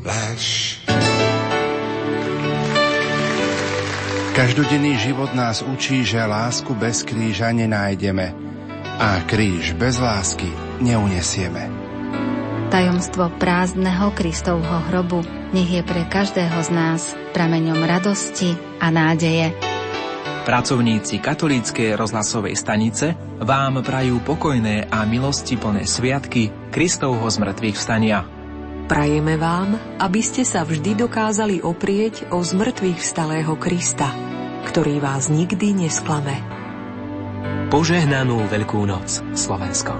flash. Každodenný život nás učí, že lásku bez kríža nenájdeme a kríž bez lásky neunesieme. Tajomstvo prázdneho Kristovho hrobu nech je pre každého z nás prameňom radosti a nádeje. Pracovníci katolíckej rozhlasovej stanice vám prajú pokojné a milostiplné sviatky Kristovho zmrtvých vstania. Prajeme vám, aby ste sa vždy dokázali oprieť o zmrtvých vstalého Krista, ktorý vás nikdy nesklame. Požehnanú Veľkú noc, Slovensko.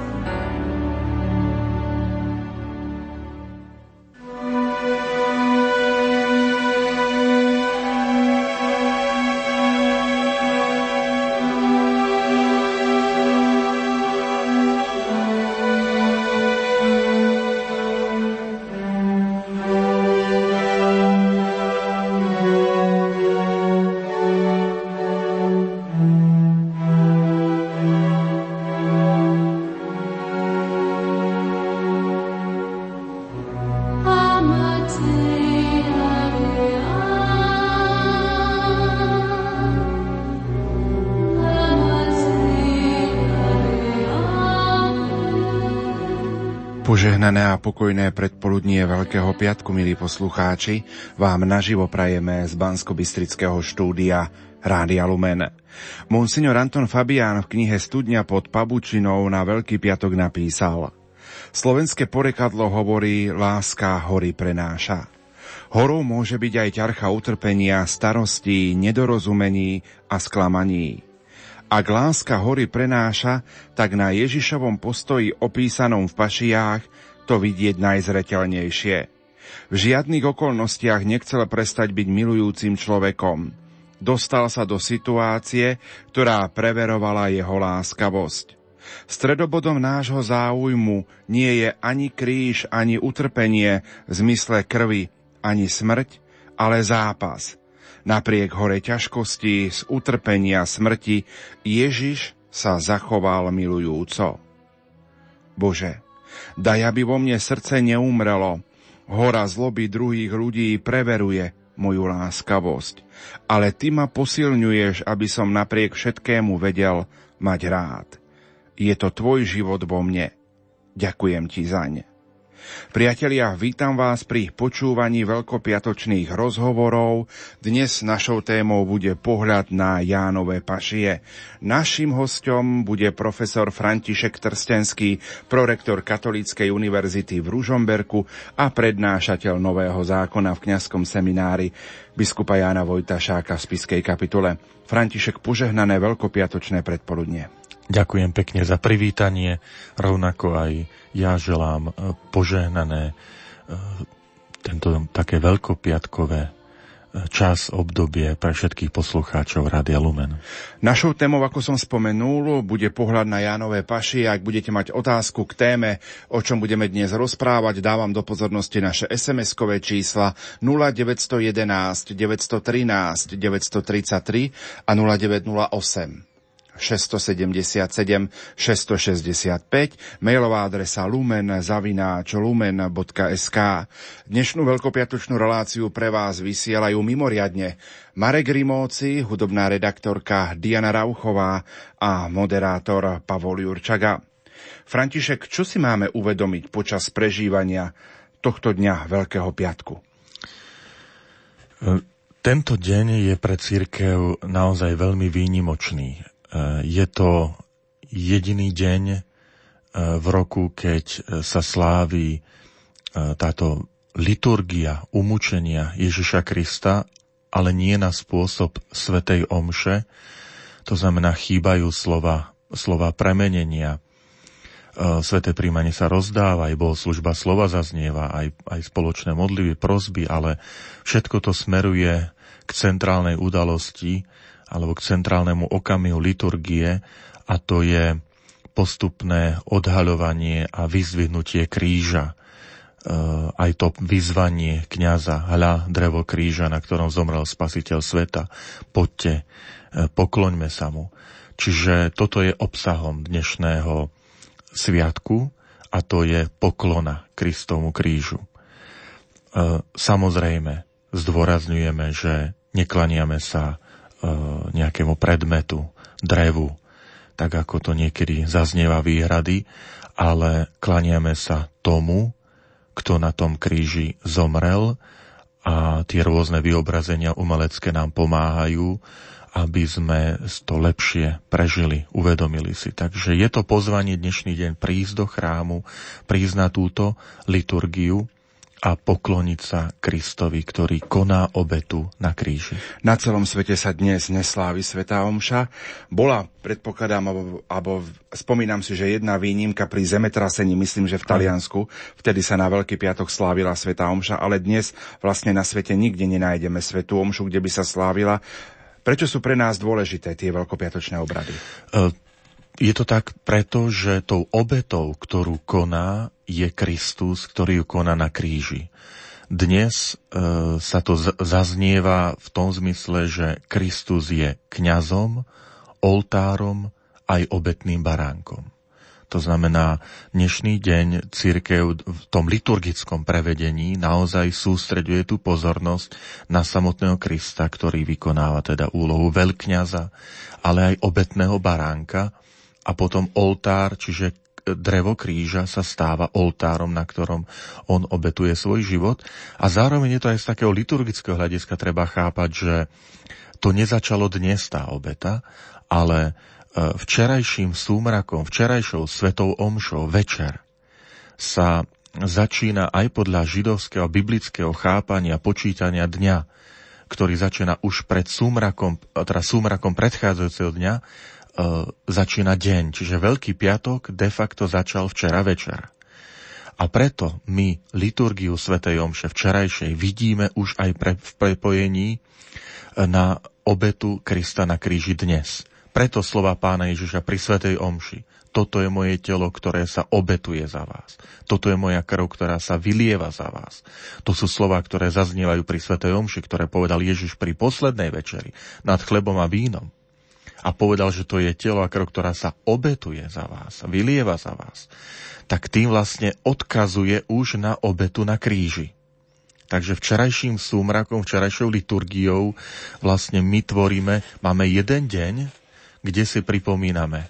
Požehnané a pokojné predpoludnie Veľkého piatku, milí poslucháči, vám naživo prajeme z Banskobystrického štúdia Rádia Lumen. Monsignor Anton Fabián v knihe Studňa pod Pabučinou na Veľký piatok napísal: Slovenské porekadlo hovorí, láska hory prenáša. Horou môže byť aj ťarcha utrpenia, starostí, nedorozumení a sklamaní. Ak láska hory prenáša, tak na Ježišovom postoji opísanom v Pašiách to vidieť najzreteľnejšie. V žiadnych okolnostiach nechcel prestať byť milujúcim človekom. Dostal sa do situácie, ktorá preverovala jeho láskavosť. Stredobodom nášho záujmu nie je ani kríž, ani utrpenie v zmysle krvi, ani smrť, ale zápas. Napriek hore ťažkosti, z utrpenia, smrti, Ježiš sa zachoval milujúco. Bože, daj, aby vo mne srdce neumrelo. Hora zloby druhých ľudí preveruje moju láskavosť. Ale Ty ma posilňuješ, aby som napriek všetkému vedel mať rád. Je to Tvoj život vo mne. Ďakujem Ti zaň. Priatelia, vítam vás pri počúvaní veľkopiatočných rozhovorov. Dnes našou témou bude pohľad na Jánove pašie. Naším hosťom bude profesor František Trstenský, prorektor Katolíckej univerzity v Ružomberku a prednášateľ Nového zákona v kňazskom seminári biskupa Jána Vojtašáka v Spišskej kapitule. František, požehnané veľkopiatočné predpoludnie. Ďakujem pekne za privítanie, rovnako aj ja želám požehnané tento také veľkopiatkové čas, obdobie pre všetkých poslucháčov Rádia Lumen. Našou témou, ako som spomenul, bude pohľad na Jánove pašie. Ak budete mať otázku k téme, o čom budeme dnes rozprávať, dávam do pozornosti naše SMS-kové čísla 0911 913 933 a 0908 677 665, mailová adresa lumen@lumen.sk. Dnešnú veľkopiatočnú reláciu pre vás vysielajú mimoriadne Marek Rimóci, hudobná redaktorka Diana Rauchová a moderátor Pavol Jurčaga. František, čo si máme uvedomiť počas prežívania tohto dňa Veľkého piatku? Tento deň je pre cirkev naozaj veľmi výnimočný. Je to jediný deň v roku, keď sa slávi táto liturgia umúčenia Ježiša Krista, ale nie na spôsob svätej omše. To znamená, chýbajú slova premenenia. Sväté príjmanie sa rozdáva, aj bohoslužba slova zaznieva, aj spoločné modlivy, prosby, ale všetko to smeruje k centrálnej udalosti alebo k centrálnemu okamihu liturgie, a to je postupné odhaľovanie a vyzdvihnutie kríža. Aj to vyzvanie kňaza: hľa drevo kríža, na ktorom zomrel spasiteľ sveta. Poďte, pokloňme sa mu. Čiže toto je obsahom dnešného sviatku, a to je poklona Kristovmu krížu. Samozrejme, zdôrazňujeme, že neklaniame sa nejakému predmetu, drevu, tak ako to niekedy zaznieva výhrady, ale klaniame sa tomu, kto na tom kríži zomrel, a tie rôzne vyobrazenia umelecké nám pomáhajú, aby sme to lepšie prežili, uvedomili si. Takže je to pozvanie dnešný deň prísť do chrámu, prísť na túto liturgiu a pokloniť sa Kristovi, ktorý koná obetu na kríži. Na celom svete sa dnes neslávi svätá omša. Bola, predpokladám, alebo spomínam si, že jedna výnimka pri zemetrasení, myslím, že v Taliansku, vtedy sa na Veľký piatok slávila svätá omša, ale dnes vlastne na svete nikde nenájdeme svätú omšu, kde by sa slávila. Prečo sú pre nás dôležité tie veľkopiatočné obrady? Je to tak preto, že tou obetou, ktorú koná, je Kristus, ktorý ju koná na kríži. Dnes sa to zaznieva v tom zmysle, že Kristus je kňazom, oltárom aj obetným baránkom. To znamená, dnešný deň cirkev v tom liturgickom prevedení naozaj sústreďuje tú pozornosť na samotného Krista, ktorý vykonáva teda úlohu veľkňaza, ale aj obetného baránka, a potom oltár, čiže drevo kríža sa stáva oltárom, na ktorom on obetuje svoj život. A zároveň je to aj z takého liturgického hľadiska treba chápať, že to nezačalo dnes tá obeta, ale včerajším súmrakom, včerajšou svetou omšou večer sa začína aj podľa židovského biblického chápania, počítania dňa, ktorý začína už pred súmrakom, teda súmrakom predchádzajúceho dňa, začína deň. Čiže Veľký piatok de facto začal včera večer. A preto my liturgiu svätej omše včerajšej vidíme už aj v prepojení na obetu Krista na kríži dnes. Preto slova Pána Ježiša pri svätej omši: toto je moje telo, ktoré sa obetuje za vás. Toto je moja krv, ktorá sa vylieva za vás. To sú slova, ktoré zaznievajú pri svätej omši, ktoré povedal Ježiš pri poslednej večeri nad chlebom a vínom. A povedal, že to je telo a krv, ktorá sa obetuje za vás, vylieva za vás. Tak tým vlastne odkazuje už na obetu na kríži. Takže včerajším súmrakom, včerajšou liturgiou vlastne my tvoríme, máme jeden deň, kde si pripomíname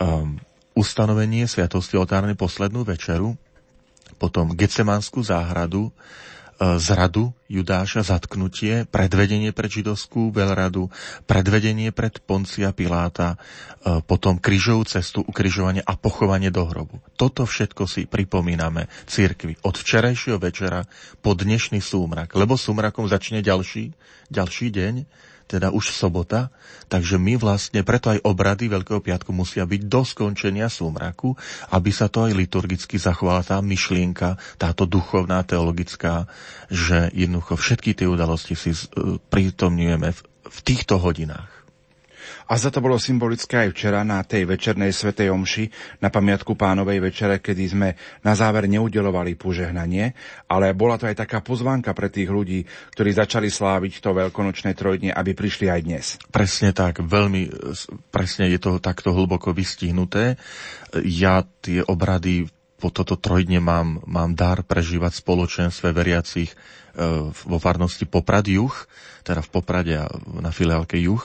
ustanovenie sviatosti oltárnej poslednú večeru, potom Getsemanskú záhradu, zradu Judáša, zatknutie, predvedenie pred židovskú veľradu, predvedenie pred Poncia Piláta, potom krížovú cestu, ukrižovanie a pochovanie do hrobu. Toto všetko si pripomíname cirkvi od včerajšieho večera po dnešný súmrak, lebo súmrakom začne ďalší deň, teda už sobota, takže my vlastne, preto aj obrady Veľkého piatku musia byť do skončenia súmraku, aby sa to aj liturgicky zachovala tá myšlienka, táto duchovná, teologická, že jednoducho všetky tie udalosti si prítomňujeme v týchto hodinách. A za to bolo symbolické aj včera na tej večernej svätej omši, na pamiatku Pánovej večere, kedy sme na záver neudeľovali požehnanie, ale bola to aj taká pozvánka pre tých ľudí, ktorí začali sláviť to veľkonočné trojdnie, aby prišli aj dnes. Presne tak, veľmi presne je to takto hlboko vystihnuté. Ja tie obrady po toto trojdnie mám dar prežívať v spoločenstve veriacich vo farnosti Poprad Juh, teda v Poprade a na filiálke Juh.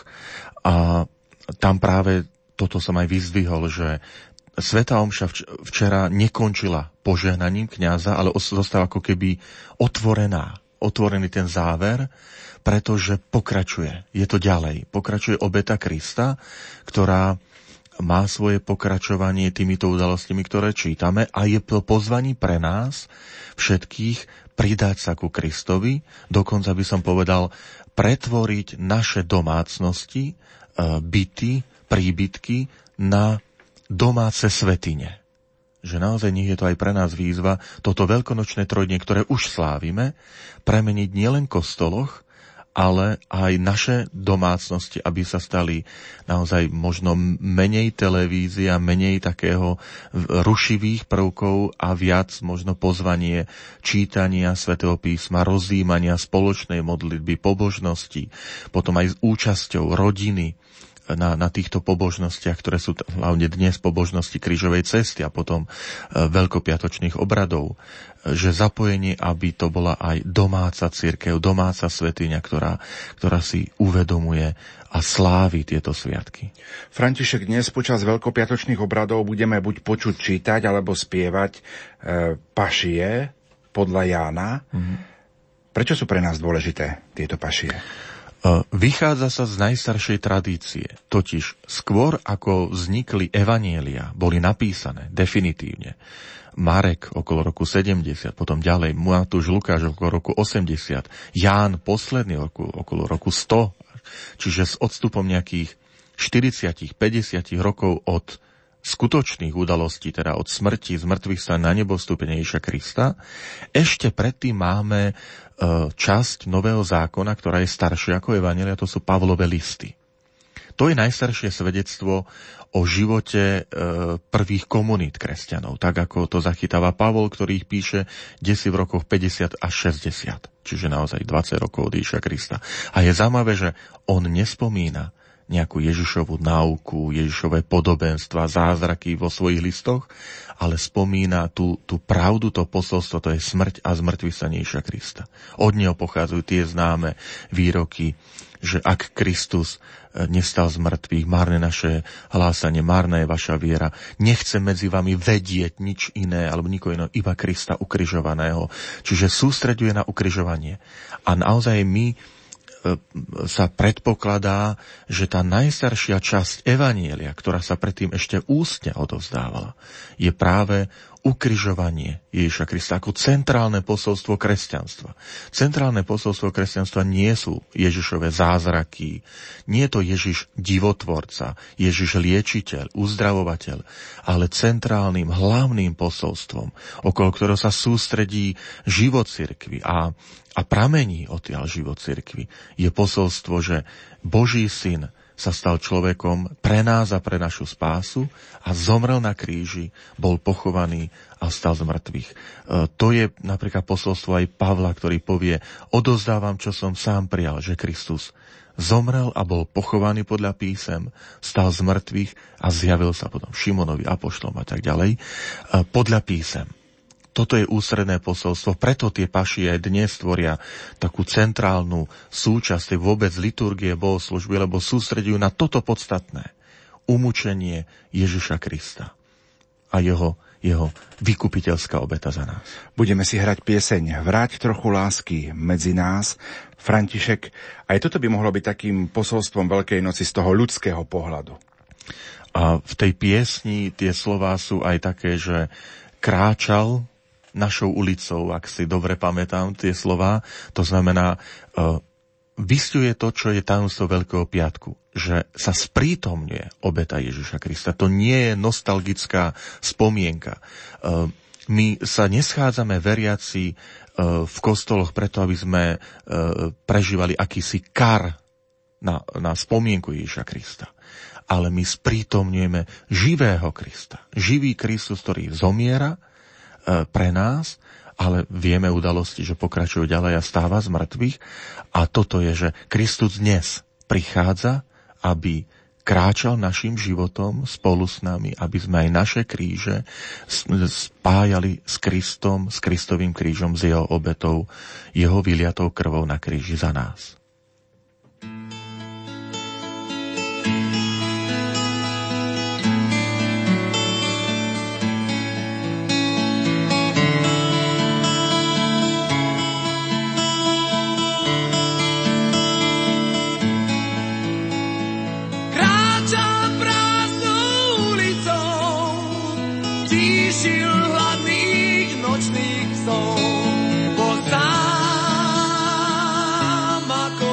A tam práve toto som aj vyzdvihol, že svätá omša včera nekončila požehnaním kňaza, ale zostala ako keby otvorený ten záver, pretože pokračuje. Je to ďalej. Pokračuje obeta Krista, ktorá má svoje pokračovanie týmito udalostiami, ktoré čítame, a je to pozvaní pre nás všetkých pridať sa ku Kristovi, dokonca by som povedal, pretvoriť naše domácnosti, byty, príbytky na domáce svätyne. Že naozaj nech je to aj pre nás výzva toto veľkonočné trojdnie, ktoré už slávime, premeniť nielen v kostoloch, ale aj naše domácnosti, aby sa stali naozaj možno menej televízia, menej takého rušivých prvkov a viac možno pozvanie čítania Svätého písma, rozjímania spoločnej modlitby, pobožnosti, potom aj s účasťou rodiny, na týchto pobožnostiach, ktoré sú hlavne dnes pobožnosti krížovej cesty a potom veľkopiatočných obradov, že zapojenie, aby to bola aj domáca cirkev, domáca svätyňa, ktorá si uvedomuje a slávi tieto sviatky. František, dnes počas veľkopiatočných obradov budeme buď počuť čítať, alebo spievať pašie podľa Jána. Prečo sú pre nás dôležité tieto pašie? Vychádza sa z najstaršej tradície, totiž skôr ako vznikli evanjelia, boli napísané definitívne. Marek okolo roku 70, potom ďalej Matúš, Lukáš okolo roku 80, Ján posledný okolo roku 100, čiže s odstupom nejakých 40-50 rokov od skutočných udalostí, teda od smrti, z mŕtvych sa na nebo vstúpenia Ježiša Krista. Ešte predtým máme časť Nového zákona, ktorá je staršia ako evanjelia, to sú Pavlové listy. To je najstaršie svedectvo o živote prvých komunít kresťanov, tak ako to zachytáva Pavol, ktorý ich píše desi v rokoch 50 až 60, čiže naozaj 20 rokov od Ježiša Krista. A je zaujímavé, že on nespomína nejakú Ježišovú náuku, Ježišové podobenstva, zázraky vo svojich listoch, ale spomína tú pravdu, to posolstvo, to je smrť a zmŕtvychvstanie Ježiša Krista. Od neho pochádzajú tie známe výroky, že ak Kristus nestal z mŕtvych, márne naše hlásanie, márna je vaša viera. Nechce medzi vami vedieť nič iné, alebo nikoho iného, iba Krista ukrižovaného. Čiže sústreďuje na ukrižovanie. A naozaj sa predpokladá, že tá najstaršia časť evanjelia, ktorá sa predtým ešte ústne odovzdávala, je práve ukrižovanie Ježiša Krista ako centrálne posolstvo kresťanstva. Centrálne posolstvo kresťanstva nie sú Ježišové zázraky, nie je to Ježiš divotvorca, Ježiš liečiteľ, uzdravovateľ, ale centrálnym, hlavným posolstvom, okolo ktorého sa sústredí život cirkvi a pramení odtiaľ život cirkvi, je posolstvo, že Boží syn sa stal človekom pre nás a pre našu spásu a zomrel na kríži, bol pochovaný a vstal z mŕtvych. To je napríklad posolstvo aj Pavla, ktorý povie, odovzdávam, čo som sám prijal, že Kristus zomrel a bol pochovaný podľa písem, vstal z mŕtvych a zjavil sa potom Šimonovi, apoštolom a tak ďalej, podľa písem. Toto je ústredné posolstvo, preto tie pašie aj dnes tvoria takú centrálnu súčasť vôbec liturgie bohoslúžby, lebo sústredujú na toto podstatné, umúčenie Ježiša Krista a jeho vykupiteľská obeta za nás. Budeme si hrať pieseň Vráť trochu lásky medzi nás. František, aj toto by mohlo byť takým posolstvom Veľkej noci z toho ľudského pohľadu. A v tej piesni tie slová sú aj také, že kráčal našou ulicou, ak si dobre pamätám tie slová. To znamená, vysťuje to, čo je tajomstvo Veľkého piatku, že sa sprítomňuje obeta Ježiša Krista. To nie je nostalgická spomienka. My sa neschádzame veriaci v kostoloch preto, aby sme prežívali akýsi kar na spomienku Ježiša Krista. Ale my sprítomňujeme živého Krista. Živý Kristus, ktorý zomiera pre nás, ale vieme udalosti, že pokračujú ďalej a stáva z mŕtvych. A toto je, že Kristus dnes prichádza, aby kráčal našim životom spolu s nami, aby sme aj naše kríže spájali s Kristom, s Kristovým krížom, s jeho obetou, jeho vyliatou krvou na kríži za nás. Sám ako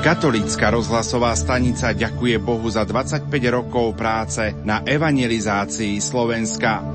Katolícka rozhlasová stanica ďakuje Bohu za 25 rokov práce na evangelizácii Slovenska.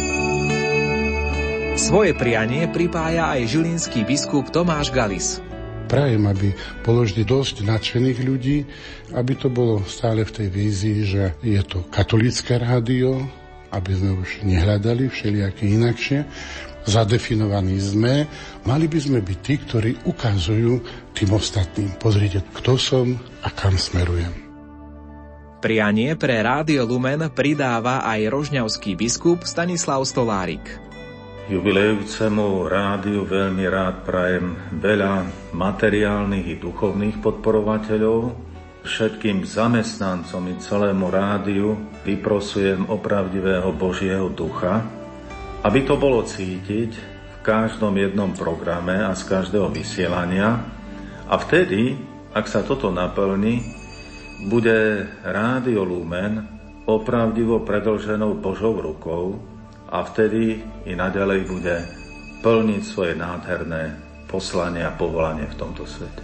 Svoje prianie pripája aj žilinský biskup Tomáš Galis. Prajem, aby bolo vždy dosť nadšených ľudí, aby to bolo stále v tej vízii, že je to katolícke rádio, aby sme už nehľadali všelijaké inakšie. Zadefinovaní sme, mali by sme byť tí, ktorí ukazujú tým ostatným. Pozrite, kto som a kam smerujem. Prianie pre Rádio Lumen pridáva aj rožňavský biskup Stanislav Stolárik. Jubilejúcemu rádiu veľmi rád prajem veľa materiálnych i duchovných podporovateľov. Všetkým zamestnancom i celému rádiu vyprosujem opravdivého Božieho ducha, aby to bolo cítiť v každom jednom programe a z každého vysielania. A vtedy, ak sa toto naplní, bude Rádio Lumen opravdivo predĺženou Božou rukou a vtedy i naďalej bude plniť svoje nádherné poslanie a povolanie v tomto svete.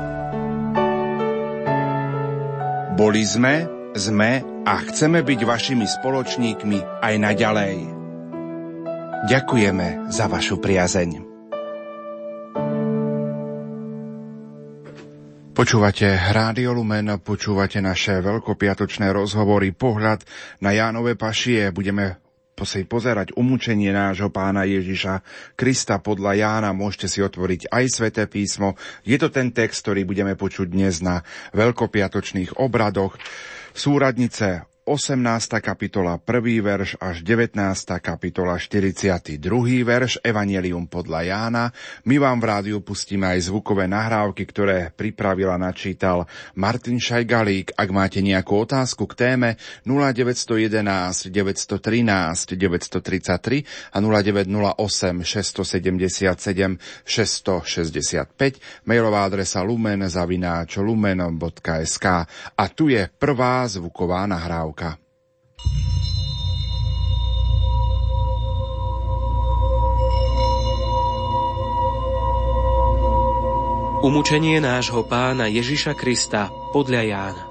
Boli sme a chceme byť vašimi spoločníkmi aj naďalej. Ďakujeme za vašu priazeň. Počúvate Rádio Lumen, počúvate naše veľkopiatočné rozhovory, pohľad na Jánove pašie. Budeme pozerať umúčenie nášho Pána Ježiša Krista podľa Jána. Môžete si otvoriť aj Sväté písmo. Je to ten text, ktorý budeme počuť dnes na veľkopiatočných obradoch. Súradnice 18. kapitola 1. verš až 19. kapitola 42. verš, Evanjelium podľa Jána. My vám v rádiu pustíme aj zvukové nahrávky, ktoré pripravila, načítal Martin Šajgalík. Ak máte nejakú otázku k téme, 0911 913 933 a 0908 677 665, mailová adresa lumen@lumen.sk. A tu je prvá zvuková nahrávka. Umúčenie nášho Pána Ježiša Krista podľa Jána.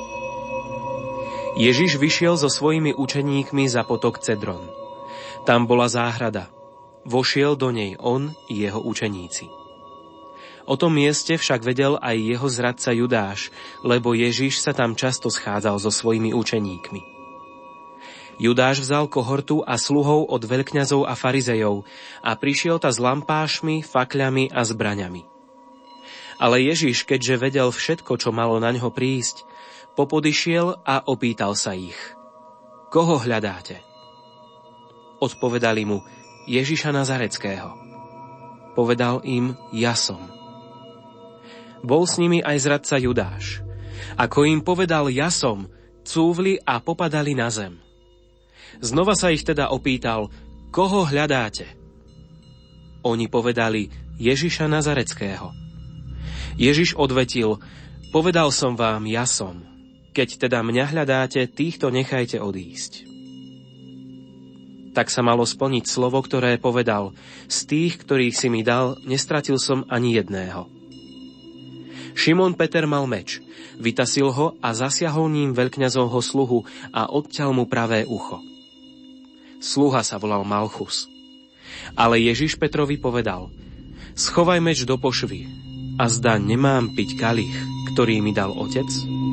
Ježiš vyšiel so svojimi učeníkmi za potok Cedron. Tam bola záhrada. Vošiel do nej on i jeho učeníci. O tom mieste však vedel aj jeho zradca Judáš, lebo Ježiš sa tam často schádzal so svojimi učeníkmi. Judáš vzal kohortu a sluhov od veľkňazov a farizejov a prišiel ta s lampášmi, fakľami a zbraňami. Ale Ježiš, keďže vedel všetko, čo malo na ňo prísť, popodišiel a opýtal sa ich: Koho hľadáte? Odpovedali mu: Ježiša Nazareckého. Povedal im: Ja som. Bol s nimi aj zradca Judáš. Ako im povedal: Ja som, cúvli a popadali na zem. Znova sa ich teda opýtal: Koho hľadáte? Oni povedali: Ježiša Nazareckého. Ježiš odvetil: Povedal som vám, ja som. Keď teda mňa hľadáte, týchto nechajte odísť. Tak sa malo splniť slovo, ktoré povedal: Z tých, ktorých si mi dal, nestratil som ani jedného. Šimon Peter mal meč, vytasil ho a zasiahol ním veľkňazovho sluhu a odťal mu pravé ucho. Sluha sa volal Malchus. Ale Ježiš Petrovi povedal: Schovaj meč do pošvy, a zdá nemám piť kalich, ktorý mi dal Otec?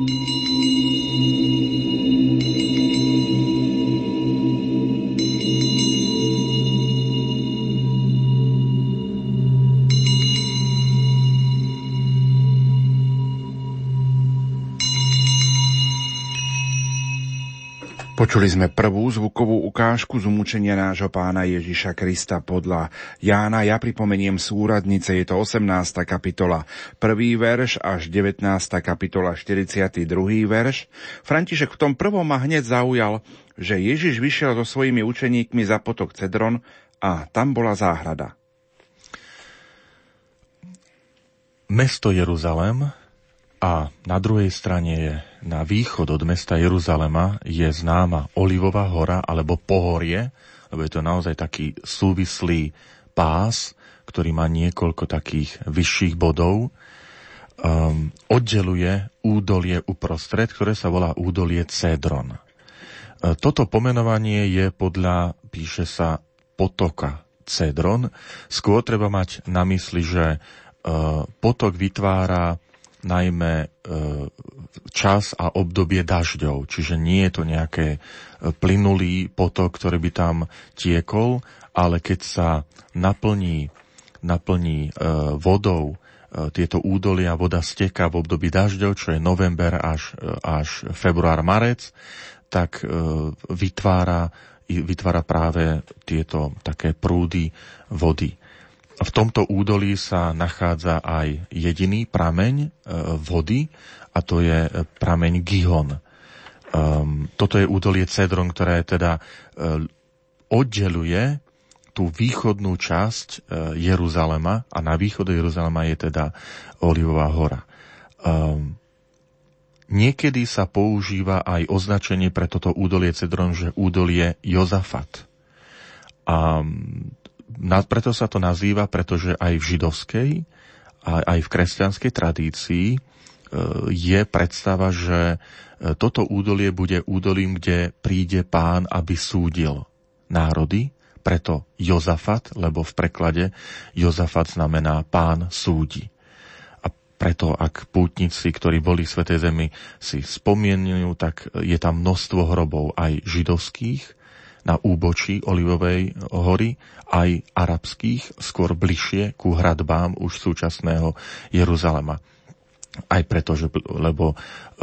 Počuli sme prvú zvukovú ukážku z umúčenia nášho Pána Ježiša Krista podľa Jána. Ja pripomeniem súradnice, je to 18. kapitola 1. verš až 19. kapitola 42. verš. František v tom prvom ma hneď zaujal, že Ježiš vyšiel so svojimi učeníkmi za potok Cedron a tam bola záhrada. Mesto Jeruzalém a na druhej strane je na východ od mesta Jeruzalema je známa Olivová hora alebo Pohorie, lebo je to naozaj taký súvislý pás, ktorý má niekoľko takých vyšších bodov. oddeluje údolie uprostred, ktoré sa volá údolie Cédron. Toto pomenovanie je píše sa potoka Cédron. Skôr treba mať na mysli, že potok vytvára najmä čas a obdobie dažďov, čiže nie je to nejaké plynulý potok, ktorý by tam tiekol, ale keď sa naplní vodou tieto údolia, voda steká v období dažďov, čo je november až február, marec, tak vytvára práve tieto také prúdy vody. V tomto údolí sa nachádza aj jediný prameň vody, a to je prameň Gihon. Toto je údolie Cédron, ktoré teda oddeluje tú východnú časť Jeruzalema, a na východe Jeruzalema je teda Olivová hora. Niekedy sa používa aj označenie pre toto údolie Cédron, že údolie Jozafat. A preto sa to nazýva, pretože aj v židovskej, aj v kresťanskej tradícii je predstava, že toto údolie bude údolím, kde príde Pán, aby súdil národy, preto Jozafat, lebo v preklade Jozafat znamená Pán súdi. A preto, ak pútnici, ktorí boli v Svätej Zemi, si spomienajú, tak je tam množstvo hrobov aj židovských, na úbočí Olivovej hory, aj arabských, skôr bližšie ku hradbám už súčasného Jeruzalema. Aj preto, lebo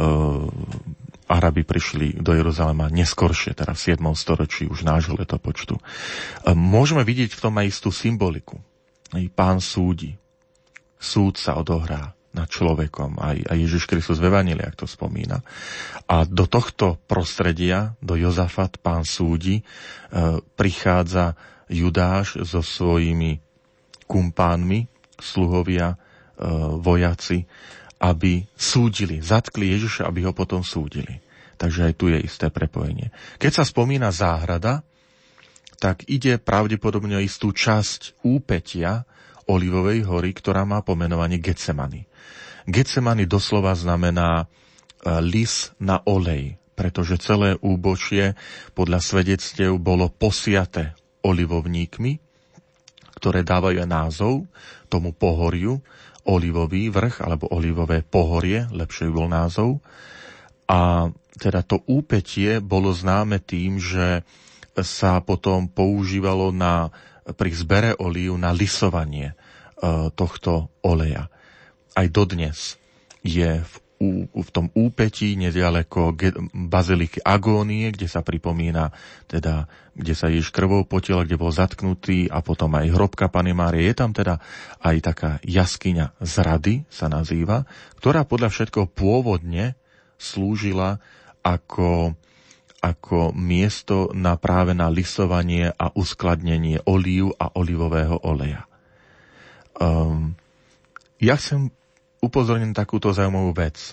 Arabi prišli do Jeruzalema neskoršie, teda v 7. storočí už nášho letopočtu. Môžeme vidieť v tom aj istú symboliku. Pán súdi. Súd sa odohrá nad človekom. Aj Ježiš Kristus v Evanjeliách to spomína. A do tohto prostredia, do Jozafat, Pán súdi, prichádza Judáš so svojimi kumpánmi, sluhovia, vojaci, aby súdili, zatkli Ježiša, aby ho potom súdili. Takže aj tu je isté prepojenie. Keď sa spomína záhrada, tak ide pravdepodobne o istú časť úpetia Olivovej hory, ktorá má pomenovanie Getsemani. Getsemani doslova znamená lis na olej, pretože celé úbočie podľa svedectiev bolo posiaté olivovníkmi, ktoré dávajú názov tomu pohoriu, olivový vrch alebo olivové pohorie, lepšie bol názov. A teda to úpetie bolo známe tým, že sa potom používalo pri zbere olív na lisovanie tohto oleja. Aj dodnes je v tom úpetí nedaleko baziliky Agónie, kde sa pripomína, teda, kde sa Ježiš krvou potil, kde bol zatknutý, a potom aj hrobka Panny Márie. Je tam teda aj taká jaskyňa Zrady, sa nazýva, ktorá podľa všetkého pôvodne slúžila ako miesto práve na lisovanie a uskladnenie olív a olivového oleja. Ja chcem upozorniť takúto zaujímavú vec.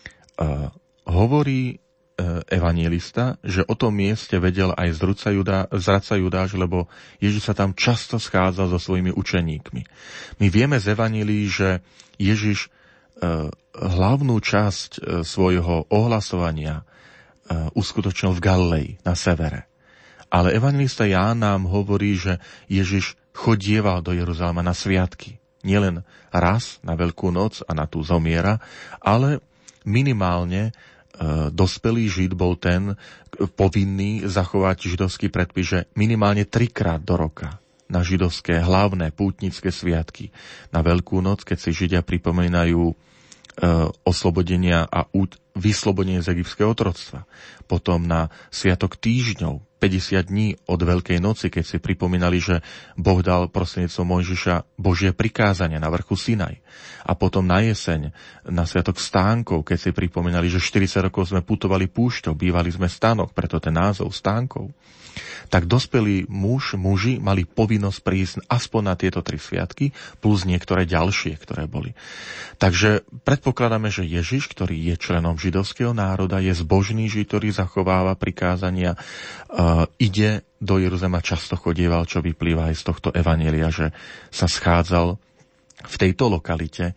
Hovorí evanjelista, že o tom mieste vedel aj zradca Judáš, lebo Ježiš sa tam často schádzal so svojimi učeníkmi. My vieme z evanjelií, že Ježiš hlavnú časť svojho ohlasovania uskutočnil v Galilei, na severe. Ale evanjelista Ján nám hovorí, že Ježiš chodieval do Jeruzalema na sviatky. Nielen raz na Veľkú noc a na tú zomiera, ale minimálne dospelý Žid bol ten povinný zachovať židovský predpis, že minimálne 3-krát do roka na židovské hlavné pútnické sviatky. Na Veľkú noc, keď si Židia pripomínajú oslobodenia a vyslobodenie z egyptského otroctva. Potom na Sviatok týždňov, 50 dní od Veľkej noci, keď si pripomínali, že Boh dal prostredníctvom Mojžiša Božie prikázania na vrchu Sinaj. A potom na jeseň, na Sviatok stánkov, keď si pripomínali, že 40 rokov sme putovali púšťou, bývali sme v stánoch, preto ten názov stánkov. Tak dospelí muži mali povinnosť prísť aspoň na tieto 3 sviatky, plus niektoré ďalšie, ktoré boli. Takže predpokladáme, že Ježiš, ktorý je členom židovského národa, je zbožný Žid, ktorý zachováva prikázania, ide do Jeruzalema, často chodieval, čo vyplýva aj z tohto evanjelia, že sa schádzal v tejto lokalite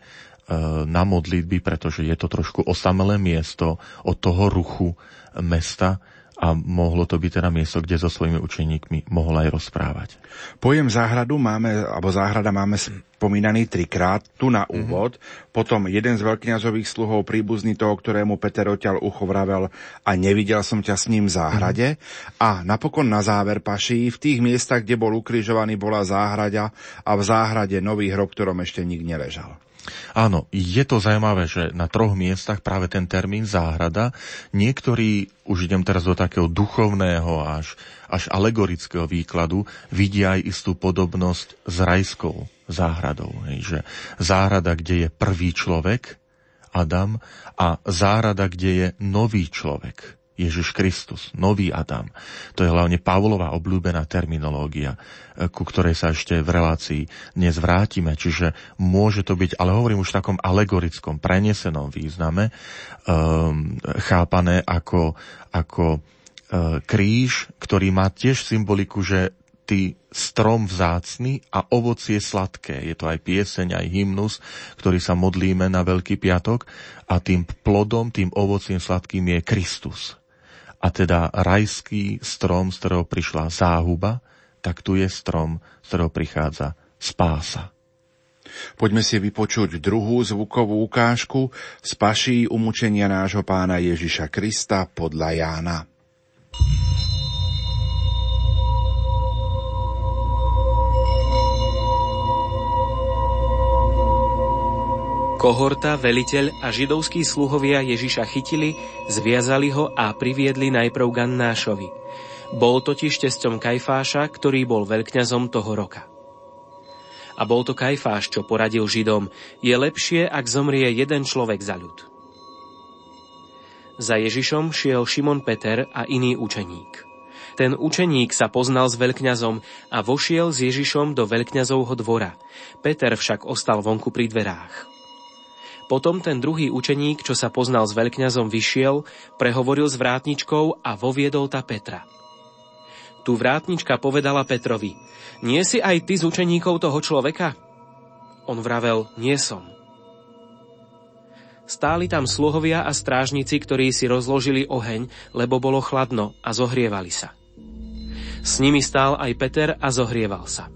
na modlitby, pretože je to trošku osamelé miesto od toho ruchu mesta a mohlo to byť teda miesto, kde so svojimi učeníkmi mohol aj rozprávať. Pojem záhrada máme spomínaný 3-krát, tu na úvod, potom jeden z veľkňazových sluhov, príbuzný toho, ktorému Peter odtiaľ ucho vravel a nevidel som ťa s ním v záhrade, a napokon na záver paší, v tých miestach, kde bol ukrižovaný, bola záhrada a v záhrade nový hrob, ktorom ešte nik neležal. Áno, je to zaujímavé, že na 3 miestach práve ten termín záhrada, niektorí, už idem teraz do takého duchovného až alegorického výkladu, vidia aj istú podobnosť s rajskou záhradou. Že záhrada, kde je prvý človek, Adam, a záhrada, kde je nový človek, Ježiš Kristus, nový Adam. To je hlavne Pavlova obľúbená terminológia, ku ktorej sa ešte v relácii dnes vrátime. Čiže môže to byť, ale hovorím už v takom alegorickom, prenesenom význame, chápané ako kríž, ktorý má tiež symboliku, že ty strom vzácny a ovocie sladké. Je to aj pieseň, aj hymnus, ktorý sa modlíme na Veľký piatok, a tým plodom, tým ovocím sladkým je Kristus. A teda rajský strom, z ktorého prišla záhuba, tak tu je strom, z ktorého prichádza spása. Poďme si vypočuť druhú zvukovú ukážku z paší umučenia nášho Pána Ježiša Krista podľa Jána. Kohorta, veliteľ a židovskí sluhovia Ježiša chytili, zviazali ho a priviedli najprv k Annášovi. Bol totiž tesťom Kajfáša, ktorý bol veľkňazom toho roka. A bol to Kajfáš, čo poradil Židom: je lepšie, ak zomrie jeden človek za ľud. Za Ježišom šiel Šimon Peter a iný učeník. Ten učeník sa poznal s veľkňazom a vošiel s Ježišom do veľkňazovho dvora. Peter však ostal vonku pri dverách. Potom ten druhý učeník, čo sa poznal s veľkňazom, vyšiel, prehovoril s vrátničkou a voviedol ta Petra. Tu vrátnička povedala Petrovi: nie si aj ty z učeníkov toho človeka? On vravel: nie som. Stáli tam sluhovia a strážnici, ktorí si rozložili oheň, lebo bolo chladno, a zohrievali sa. S nimi stál aj Peter a zohrieval sa.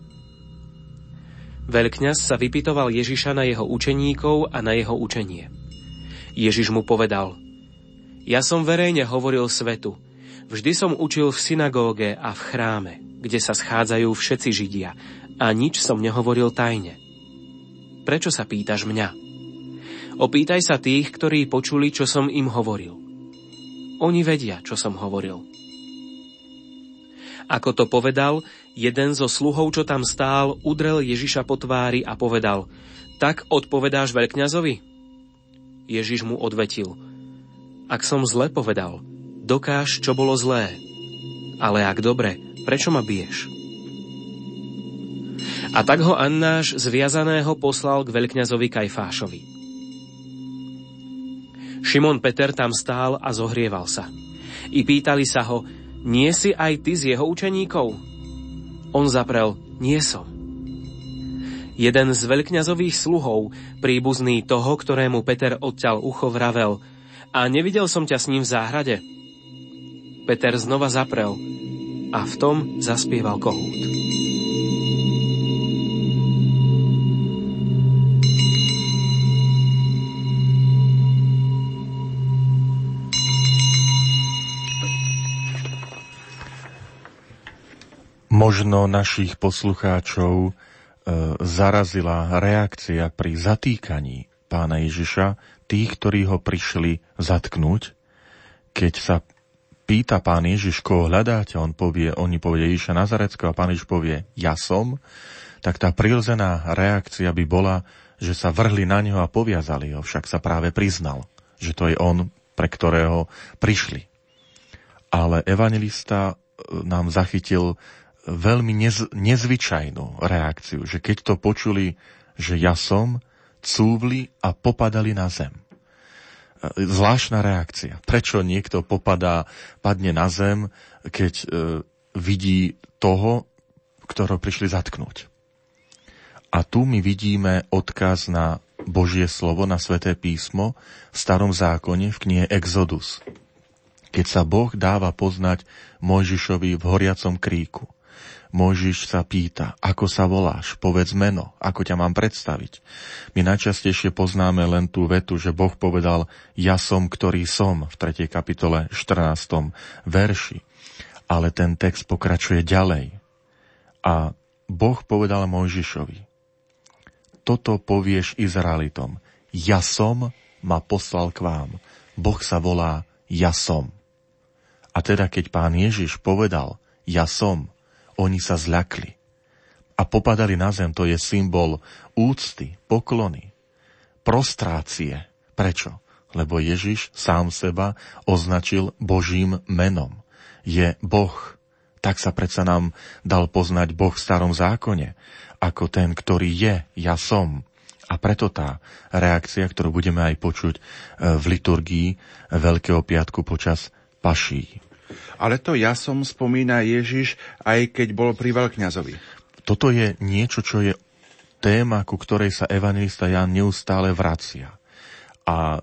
Veľkňaz sa vypytoval Ježiša na jeho učeníkov a na jeho učenie. Ježiš mu povedal: ja som verejne hovoril svetu. Vždy som učil v synagóge a v chráme, kde sa schádzajú všetci Židia, a nič som nehovoril tajne. Prečo sa pýtaš mňa? Opýtaj sa tých, ktorí počuli, čo som im hovoril. Oni vedia, čo som hovoril. Ako to povedal, jeden zo sluhov, čo tam stál, udrel Ježiša po tvári a povedal: tak odpovedáš veľkňazovi? Ježiš mu odvetil: ak som zle povedal, dokáž, čo bolo zlé. Ale ak dobre, prečo ma biješ? A tak ho Annáš zviazaného poslal k veľkňazovi Kajfášovi. Šimon Peter tam stál a zohrieval sa. I pýtali sa ho: nie si aj ty z jeho učeníkov? On zaprel: nie som. Jeden z veľkňazových sluhov, príbuzný toho, ktorému Peter odťal ucho, vravel: a nevidel som ťa s ním v záhrade? Peter znova zaprel a v tom zaspieval kohút. Možno našich poslucháčov zarazila reakcia pri zatýkaní Pána Ježiša, tých, ktorí ho prišli zatknúť. Keď sa pýta Pán Ježiš, koho hľadáte, oni povie Ježiša Nazareckého, a Pán Ježiš povie: ja som, tak tá prirodzená reakcia by bola, že sa vrhli na neho a poviazali ho, však sa práve priznal, že to je on, pre ktorého prišli. Ale evanjelista nám zachytil veľmi nezvyčajnú reakciu, že keď to počuli, že ja som, cúvli a popadali na zem. Zvláštna reakcia. Prečo niekto padne na zem, keď vidí toho, ktorého prišli zatknúť? A tu my vidíme odkaz na Božie slovo na Sväté písmo v Starom zákone v knihe Exodus. Keď sa Boh dáva poznať Mojžišovi v horiacom kríku. Mojžiš sa pýta, ako sa voláš, povedz meno, ako ťa mám predstaviť. My najčastejšie poznáme len tú vetu, že Boh povedal, ja som, ktorý som, v 3. kapitole 14. verši. Ale ten text pokračuje ďalej. A Boh povedal Mojžišovi, toto povieš Izraelitom, ja som ma poslal k vám. Boh sa volá ja som. A teda keď Pán Ježiš povedal ja som, oni sa zľakli a popadali na zem. To je symbol úcty, poklony, prostrácie. Prečo? Lebo Ježiš sám seba označil Božím menom. Je Boh. Tak sa predsa nám dal poznať Boh v Starom zákone, ako ten, ktorý je, ja som. A preto tá reakcia, ktorú budeme aj počuť v liturgii Veľkého piatku počas paší. Ale to ja som spomína Ježiš, aj keď bol pri veľkňazovi. Toto je niečo, čo je téma, ku ktorej sa evanjelista Ján neustále vracia. A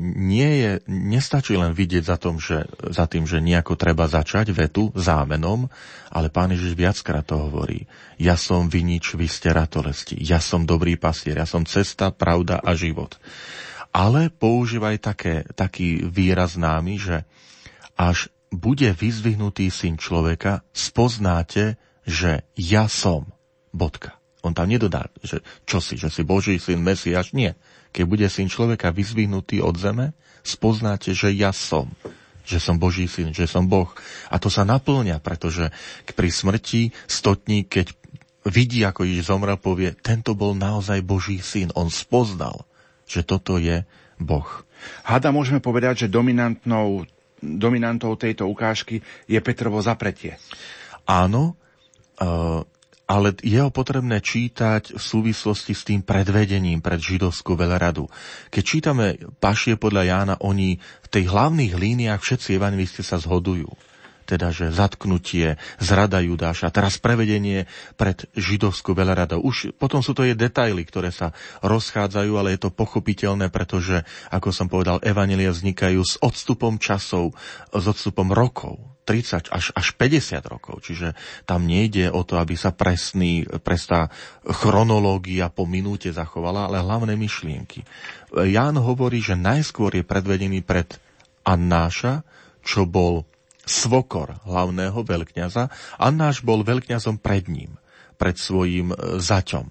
nestačí len vidieť za tým, že nejako treba začať vetu zámenom, ale Pán Ježiš viackrát to hovorí. Ja som vinič, vy ste ratolesti. Ja som dobrý pastier, ja som cesta, pravda a život. Ale používaj taký výraz známy, že až bude vyzdvihnutý syn človeka, spoznáte, že ja som. Bodka. On tam nedodá, že si Boží syn, Mesiáš, nie. Keď bude syn človeka vyzdvihnutý od zeme, spoznáte, že ja som. Že som Boží syn, že som Boh. A to sa naplňa, pretože pri smrti stotník, keď vidí, ako Ježiš zomrel, povie, tento bol naozaj Boží syn. On spoznal, že toto je Boh. Hada môžeme povedať, že dominantou tejto ukážky je Petrovo zapretie. Áno, ale je ho potrebné čítať v súvislosti s tým predvedením pred židovskú veľradu. Keď čítame pašie podľa Jána, oni v tých hlavných líniách všetci evanjelisti sa zhodujú. Teda, že zatknutie, zrada Judáša, teraz prevedenie pred židovskú veľradou. Už potom sú to detaily, ktoré sa rozchádzajú, ale je to pochopiteľné, pretože, ako som povedal, evanjelia vznikajú s odstupom časov, s odstupom rokov. 30 až 50 rokov. Čiže tam nejde o to, aby sa prestá chronológia po minúte zachovala, ale hlavné myšlienky. Ján hovorí, že najskôr je predvedený pred Annáša, čo bol svokor hlavného veľkňaza. Annáš bol veľkňazom pred ním, pred svojím zaťom.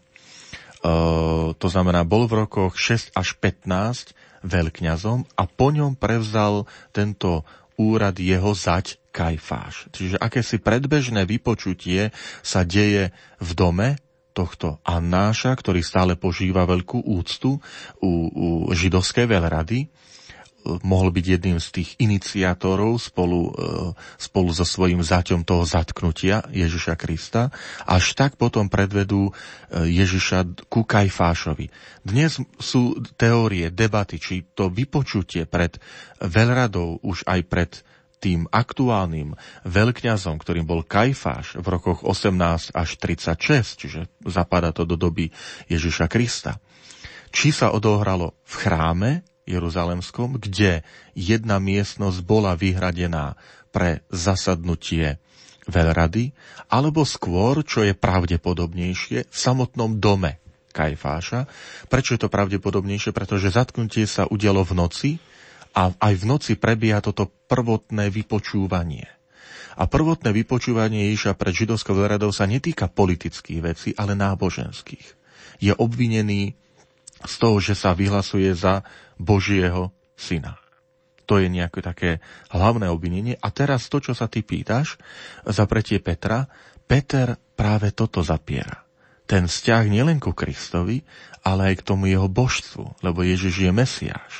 To znamená, bol v rokoch 6 až 15 veľkňazom a po ňom prevzal tento úrad jeho zať Kajfáš. Čiže akési predbežné vypočutie sa deje v dome tohto Annáša, ktorý stále požíva veľkú úctu u židovskej veľrady. Mohol byť jedným z tých iniciátorov spolu so svojím zaťom toho zatknutia Ježiša Krista. Až tak potom predvedú Ježiša ku Kajfášovi. Dnes sú teórie, debaty, či to vypočutie pred veľradou už aj pred tým aktuálnym veľkňazom, ktorým bol Kajfáš v rokoch 18 až 36, čiže zapadá to do doby Ježiša Krista. Či sa odohralo v chráme Jeruzalemskom, kde jedna miestnosť bola vyhradená pre zasadnutie veľrady, alebo skôr, čo je pravdepodobnejšie, v samotnom dome Kajfáša. Prečo je to pravdepodobnejšie? Pretože zatknutie sa udialo v noci a aj v noci prebieha toto prvotné vypočúvanie. A prvotné vypočúvanie Ježiša pred židovskou veľradou sa netýka politických vecí, ale náboženských. Je obvinený z toho, že sa vyhlasuje za Božieho syna. To je nejaké také hlavné obvinenie. A teraz to, čo sa ty pýtaš, zapretie Petra, Peter práve toto zapiera. Ten vzťah nielen ku Kristovi, ale aj k tomu jeho božstvu, lebo Ježiš je Mesiáš.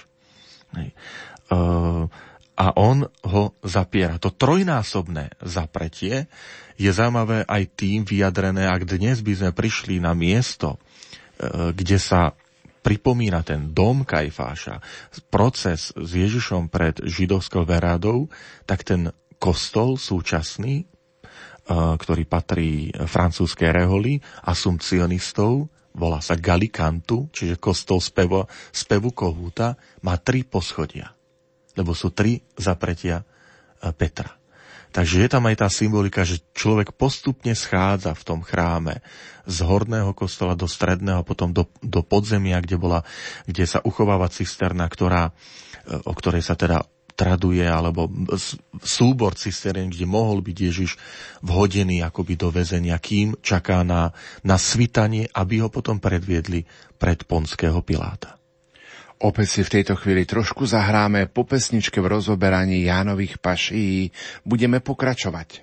A on ho zapiera. To trojnásobné zapretie je zaujímavé aj tým vyjadrené, ak dnes by sme prišli na miesto, kde sa pripomína ten dom Kajfáša, proces s Ježišom pred židovskou veľradou, tak ten kostol súčasný, ktorý patrí francúzskej reholi, asumpcionistov, volá sa Galikantu, čiže kostol spevu kohúta, má 3 poschodia, lebo sú 3 zapretia Petra. Takže je tam aj tá symbolika, že človek postupne schádza v tom chráme z horného kostola do stredného, potom do podzemia, kde sa uchováva cisterna, o ktorej sa teda traduje, alebo súbor cistern, kde mohol byť Ježiš vhodený akoby do väzenia, kým čaká na svitanie, aby ho potom predviedli pred Ponského Piláta. Opäť si v tejto chvíli trošku zahráme po pesničke v rozoberaní Jánových paší. Budeme pokračovať.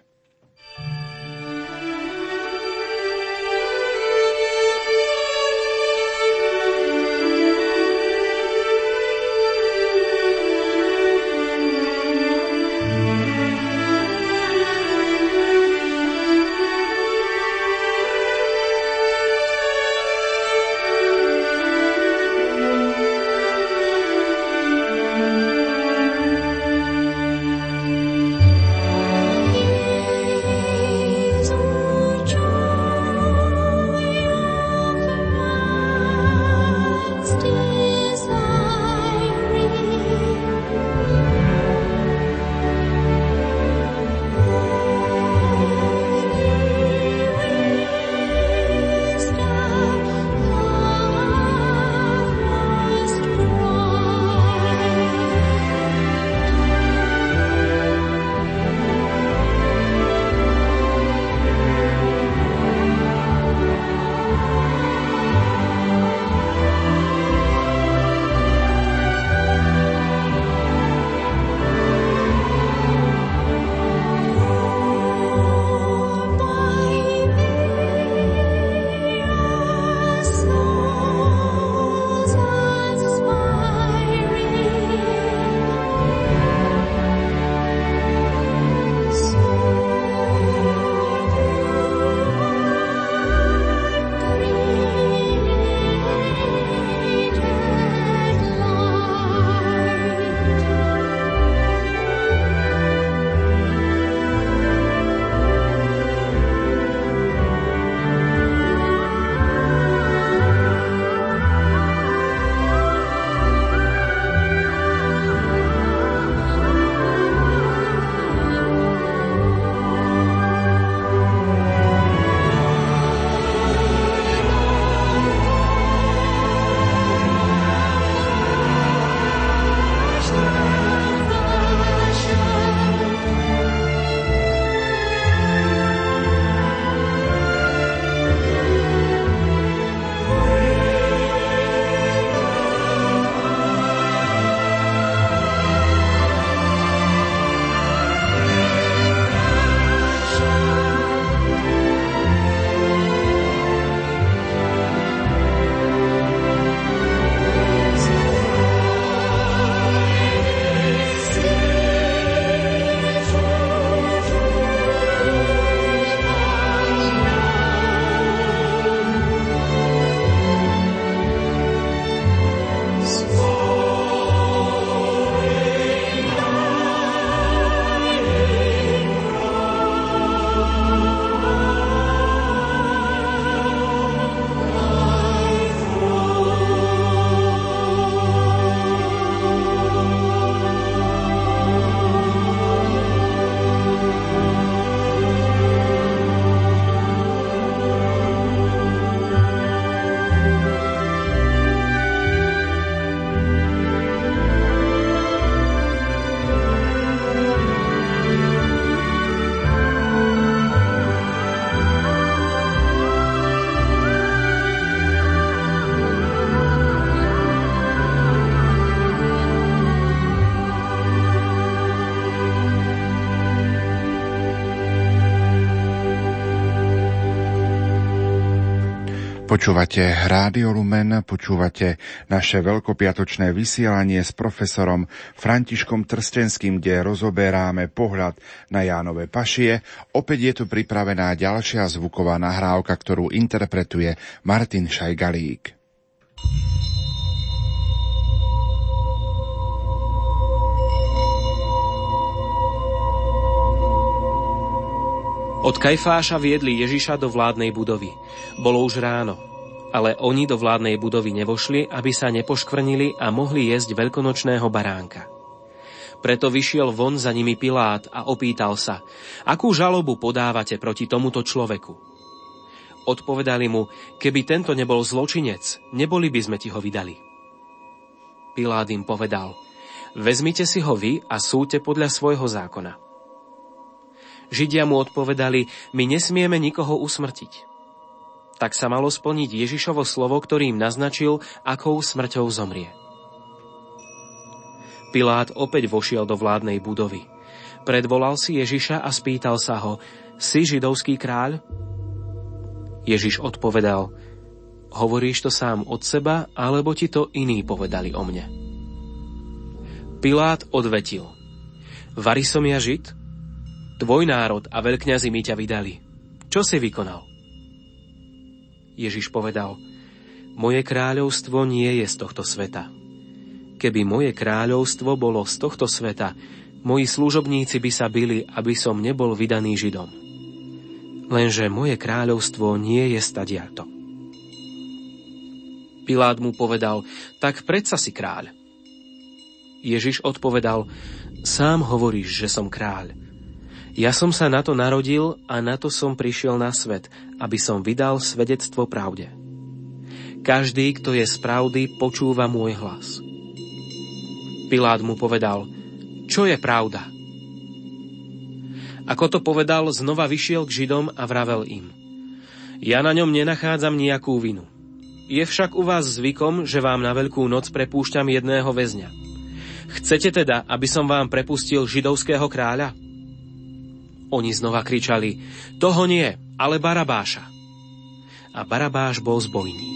Počúvate Rádio Lumen, počúvate naše veľkopiatočné vysielanie s profesorom Františkom Trstenským, kde rozoberáme pohľad na Jánove pašie. Opäť je tu pripravená ďalšia zvuková nahrávka, ktorú interpretuje Martin Šajgalík. Od Kajfáša viedli Ježiša do vládnej budovy. Bolo už ráno. Ale oni do vládnej budovy nevošli, aby sa nepoškvrnili a mohli jesť veľkonočného baránka. Preto vyšiel von za nimi Pilát a opýtal sa: akú žalobu podávate proti tomuto človeku? Odpovedali mu: keby tento nebol zločinec, neboli by sme ti ho vydali. Pilát im povedal: vezmite si ho vy a súďte podľa svojho zákona. Židia mu odpovedali: my nesmieme nikoho usmrtiť. Tak sa malo splniť Ježišovo slovo, ktorým naznačil, akou smrťou zomrie. Pilát opäť vošiel do vládnej budovy. Predvolal si Ježiša a spýtal sa ho: si židovský kráľ? Ježiš odpovedal: hovoríš to sám od seba, alebo ti to iní povedali o mne? Pilát odvetil: vari som ja Žid? Tvoj národ a veľkňazi mi ťa vydali. Čo si vykonal? Ježiš povedal: moje kráľovstvo nie je z tohto sveta. Keby moje kráľovstvo bolo z tohto sveta, moji služobníci by sa bili, aby som nebol vydaný Židom. Lenže moje kráľovstvo nie je stadiaľto. Pilát mu povedal: tak predsa si kráľ. Ježiš odpovedal: sám hovoríš, že som kráľ. Ja som sa na to narodil a na to som prišiel na svet, aby som vydal svedectvo pravde. Každý, kto je z pravdy, počúva môj hlas. Pilát mu povedal: čo je pravda? Ako to povedal, znova vyšiel k Židom a vravel im: ja na ňom nenachádzam nejakú vinu. Je však u vás zvykom, že vám na Veľkú noc prepúšťam jedného väzňa. Chcete teda, aby som vám prepustil židovského kráľa? Oni znova kričali: toho nie, ale Barabáša. A Barabáš bol zbojník.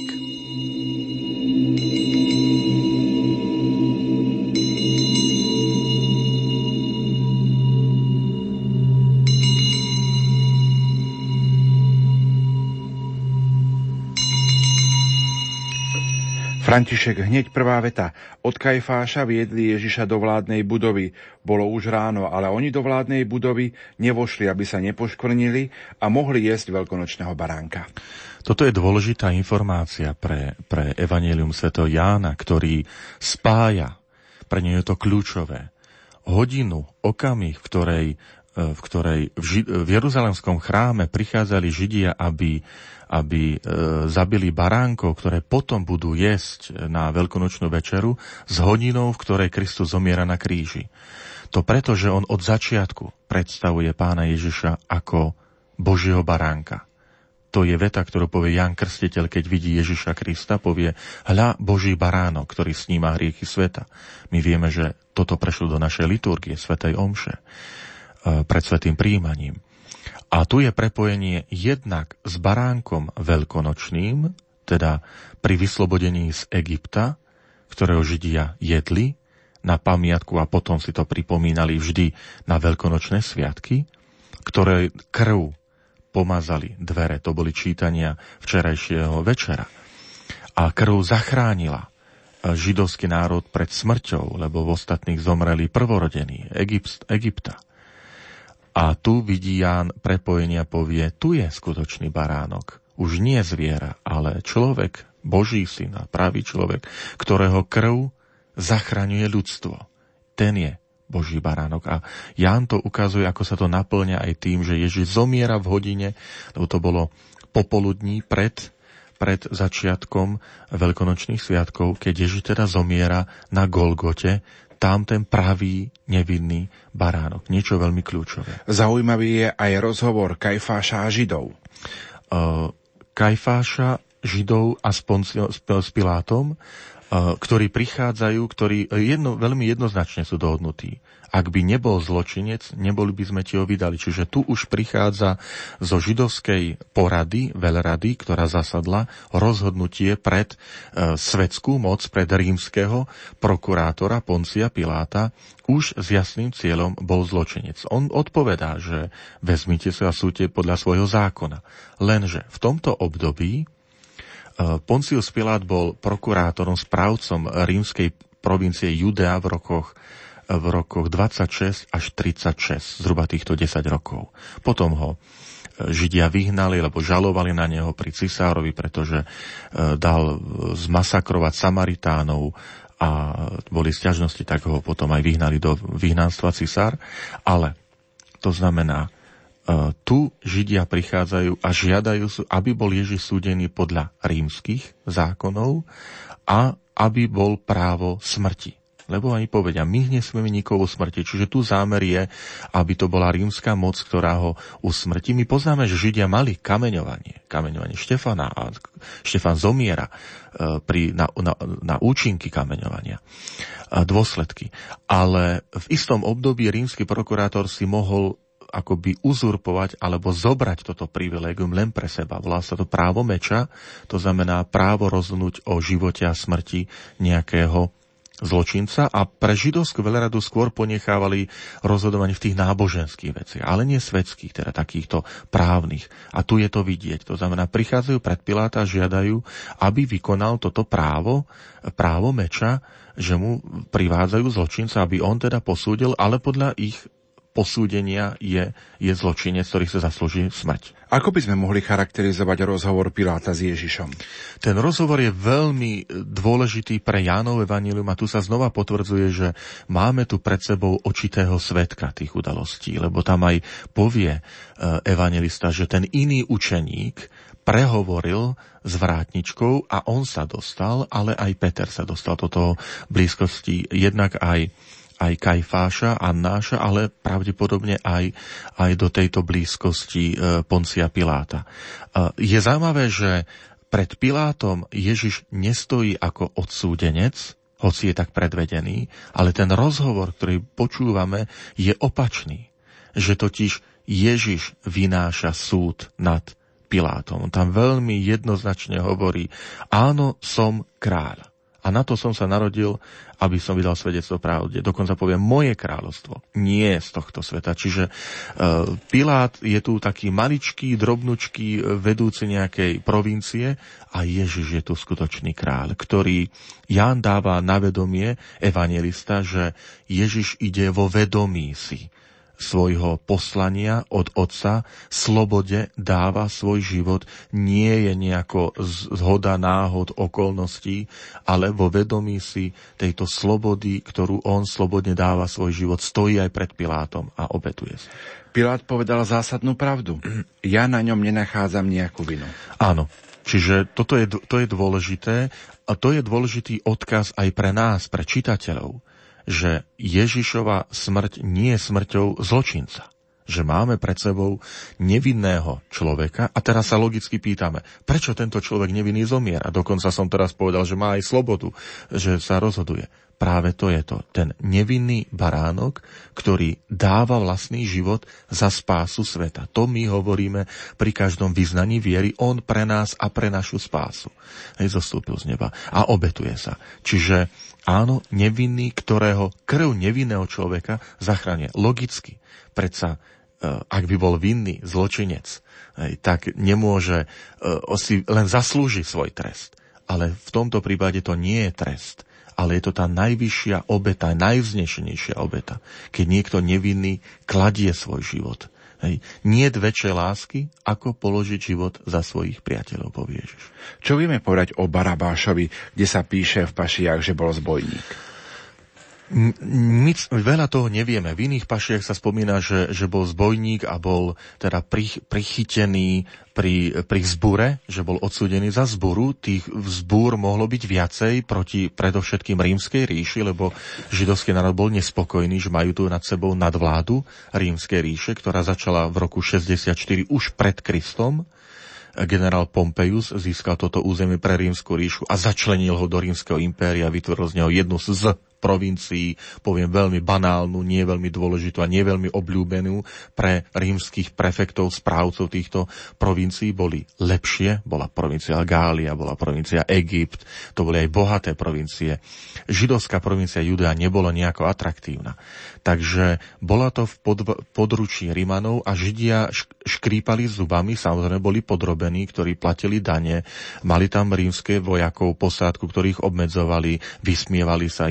František, hneď prvá veta. Od Kajfáša viedli Ježiša do vládnej budovy. Bolo už ráno, ale oni do vládnej budovy nevošli, aby sa nepoškvrnili a mohli jesť veľkonočného baránka. Toto je dôležitá informácia pre Evanjelium svätého Jána, ktorý spája, pre ňu je to kľúčové, hodinu, okamih, v ktorej v Jeruzalemskom chráme prichádzali Židia, aby zabili baránkov, ktoré potom budú jesť na veľkonočnú večeru, s hodinou, v ktorej Kristus zomiera na kríži. To preto, že on od začiatku predstavuje Pána Ježiša ako Božieho baránka. To je veta, ktorú povie Ján Krstiteľ, keď vidí Ježiša Krista, povie: hľa, Boží baránok, ktorý sníma hriechy sveta. My vieme, že toto prešlo do našej liturgie, svätej omše, pred svätým prijímaním. A tu je prepojenie jednak s baránkom veľkonočným, teda pri vyslobodení z Egypta, ktorého Židia jedli na pamiatku a potom si to pripomínali vždy na veľkonočné sviatky, ktoré krv pomazali dvere, to boli čítania včerajšieho večera. A krv zachránila židovský národ pred smrťou, lebo v ostatných zomreli prvorodení Egypta. A tu vidí Ján prepojenia, povie: tu je skutočný baránok. Už nie zviera, ale človek, Boží syn, pravý človek, ktorého krv zachraňuje ľudstvo. Ten je Boží baránok. A Ján to ukazuje, ako sa to naplňa aj tým, že Ježiš zomiera v hodine, lebo to bolo popoludní pred začiatkom veľkonočných sviatkov, keď Ježiš teda zomiera na Golgote, tam ten pravý, nevinný baránok. Niečo veľmi kľúčové. Zaujímavý je aj rozhovor Kajfáša a Židov. Kajfáša, Židov a s Pilátom, ktorí prichádzajú, ktorí veľmi jednoznačne sú dohodnutí. Ak by nebol zločinec, neboli by sme ti ho vydali. Čiže tu už prichádza zo židovskej porady, veľrady, ktorá zasadla, rozhodnutie pred svetskú moc, pred rímskeho prokurátora Poncia Piláta, už s jasným cieľom bol zločinec. On odpovedá, že vezmite sa a súďte podľa svojho zákona. Lenže v tomto období Poncius Pilát bol prokurátorom, správcom rímskej provincie Judea v rokoch 26 až 36, zhruba týchto 10 rokov. Potom ho Židia vyhnali, lebo žalovali na neho pri cisárovi, pretože dal zmasakrovať Samaritánov a boli sťažnosti, tak ho potom aj vyhnali do vyhnanstva cisár. Ale to znamená, tu Židia prichádzajú a žiadajú, aby bol Ježiš súdený podľa rímskych zákonov a aby bol právo smrti. Lebo oni povedia, my nesmieme nikoho usmrtiť. Čiže tu zámer je, aby to bola rímska moc, ktorá ho usmrtí. My poznáme, že Židia mali kameňovanie Štefana a Štefan zomiera na účinky kameňovania, dôsledky. Ale v istom období rímsky prokurátor si mohol akoby uzurpovať alebo zobrať toto privilégium len pre seba. Volá sa to právo meča, to znamená právo rozhodnúť o živote a smrti nejakého zločinca a pre židovskú veľradu skôr ponechávali rozhodovanie v tých náboženských veciach, ale nie svetských, teda takýchto právnych. A tu je to vidieť. To znamená, prichádzajú pred Piláta a žiadajú, aby vykonal toto právo meča, že mu privádzajú zločinca, aby on teda posúdil, ale podľa ich posúdenia je zločinec, ktorý sa zaslúži smrť. Ako by sme mohli charakterizovať rozhovor Piláta s Ježišom? Ten rozhovor je veľmi dôležitý pre Jánov evanjelium a tu sa znova potvrdzuje, že máme tu pred sebou očitého svedka tých udalostí, lebo tam aj povie evanjelista, že ten iný učeník prehovoril s vrátničkou a on sa dostal, ale aj Peter sa dostal do toho blízkosti, jednak aj Kajfáša, Annáša, ale pravdepodobne aj do tejto blízkosti Poncia Piláta. Je zaujímavé, že pred Pilátom Ježiš nestojí ako odsúdenec, hoci je tak predvedený, ale ten rozhovor, ktorý počúvame, je opačný. Že totiž Ježiš vynáša súd nad Pilátom. On tam veľmi jednoznačne hovorí, áno, som kráľ. A na to som sa narodil, aby som vydal svedectvo pravde. Dokonca poviem, moje kráľovstvo nie je z tohto sveta. Čiže Pilát je tu taký maličký, drobnučký vedúci nejakej provincie a Ježiš je tu skutočný kráľ, ktorý Ján dáva na vedomie evanjelista, že Ježiš ide vo vedomí si svojho poslania od Otca, slobode dáva svoj život, nie je nejako zhoda náhod okolností, ale vo vedomí si tejto slobody, ktorú on slobodne dáva svoj život, stojí aj pred Pilátom a obetuje sa. Pilát povedal zásadnú pravdu. Ja na ňom nenachádzam nejakú vinu. Áno. Čiže to je dôležité a to je dôležitý odkaz aj pre nás, pre čitateľov, že Ježišova smrť nie je smrťou zločinca. Že máme pred sebou nevinného človeka a teraz sa logicky pýtame, prečo tento človek nevinný zomiera. Dokonca som teraz povedal, že má aj slobodu, že sa rozhoduje. Práve to je to. Ten nevinný baránok, ktorý dáva vlastný život za spásu sveta. To my hovoríme pri každom vyznaní viery. On pre nás a pre našu spásu. Zostúpil z neba a obetuje sa. Čiže áno, nevinný, ktorého krv nevinného človeka zachránia. Logicky. Predsa, ak by bol vinný zločinec, tak nemôže si len zaslúžiť svoj trest. Ale v tomto prípade to nie je trest, ale je to tá najvyššia obeta, najvznešenejšia obeta, keď niekto nevinný kladie svoj život. Nie väčšej lásky, ako položiť život za svojich priateľov, povie Ježiš. Čo vieme povedať o Barabášovi, kde sa píše v pašiach, že bol zbojník? My veľa toho nevieme. V iných pašiach sa spomína, že bol zbojník a bol teda prichytený pri zbure, že bol odsúdený za zburu. Tých zbúr mohlo byť viacej proti predovšetkým rímskej ríši, lebo židovský národ bol nespokojný, že majú tu nad sebou nadvládu rímskej ríše, ktorá začala v roku 64 už pred Kristom. Generál Pompejus získal toto územie pre rímsku ríšu a začlenil ho do rímskeho impéria, vytvoril z neho jednu z provincií, poviem veľmi banálnu, nie veľmi dôležitú a nie veľmi obľúbenú pre rímskych prefektov, správcov týchto provincií boli lepšie. Bola provincia Gália, bola provincia Egypt, to boli aj bohaté provincie. Židovská provincia Judea nebola nejako atraktívna. Takže bola to v područí Rimanov a Židia škrípali zubami, samozrejme boli podrobení, ktorí platili dane, mali tam rímske vojakov, posádku, ktorých obmedzovali, vysmievali sa im. A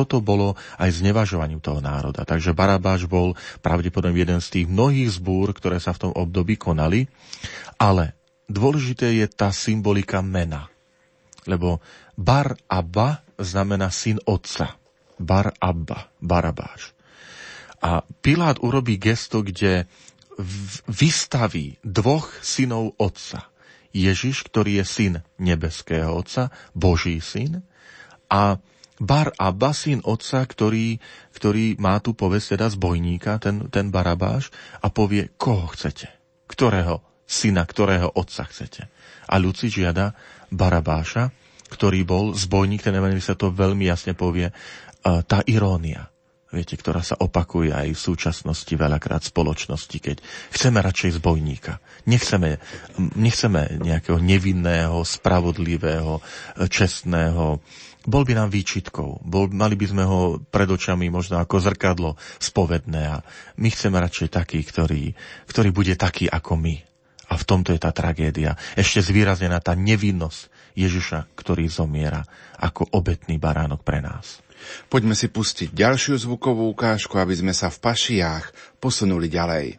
toto bolo aj znevažovaním toho národa. Takže Barabáš bol pravdepodobne jeden z tých mnohých zbúr, ktoré sa v tom období konali, ale dôležité je tá symbolika mena. Lebo Bar Abba znamená syn otca. Bar Abba, Barabáš. A Pilát urobí gesto, kde vystaví dvoch synov otca. Ježiš, ktorý je syn nebeského otca, Boží syn, a Bar Abba, syn otca, ktorý má tu povesť teda z bojníka, ten Barabáš, a povie, koho chcete, ktorého syna, ktorého otca chcete. A ľud si žiada Barabáša, ktorý bol zbojník, ten evanjelista to veľmi jasne povie, tá irónia, viete, ktorá sa opakuje aj v súčasnosti veľakrát v spoločnosti, keď chceme radšej zbojníka. Nechceme nejakého nevinného, spravodlivého, čestného. Bol by nám výčitkou. Mali by sme ho pred očami možno ako zrkadlo spovedné. A my chceme radšej taký, ktorý bude taký ako my. A v tomto je tá tragédia. Ešte zvýraznená tá nevinnosť Ježiša, ktorý zomiera ako obetný baránok pre nás. Poďme si pustiť ďalšiu zvukovú ukážku, aby sme sa v pašiách posunuli ďalej.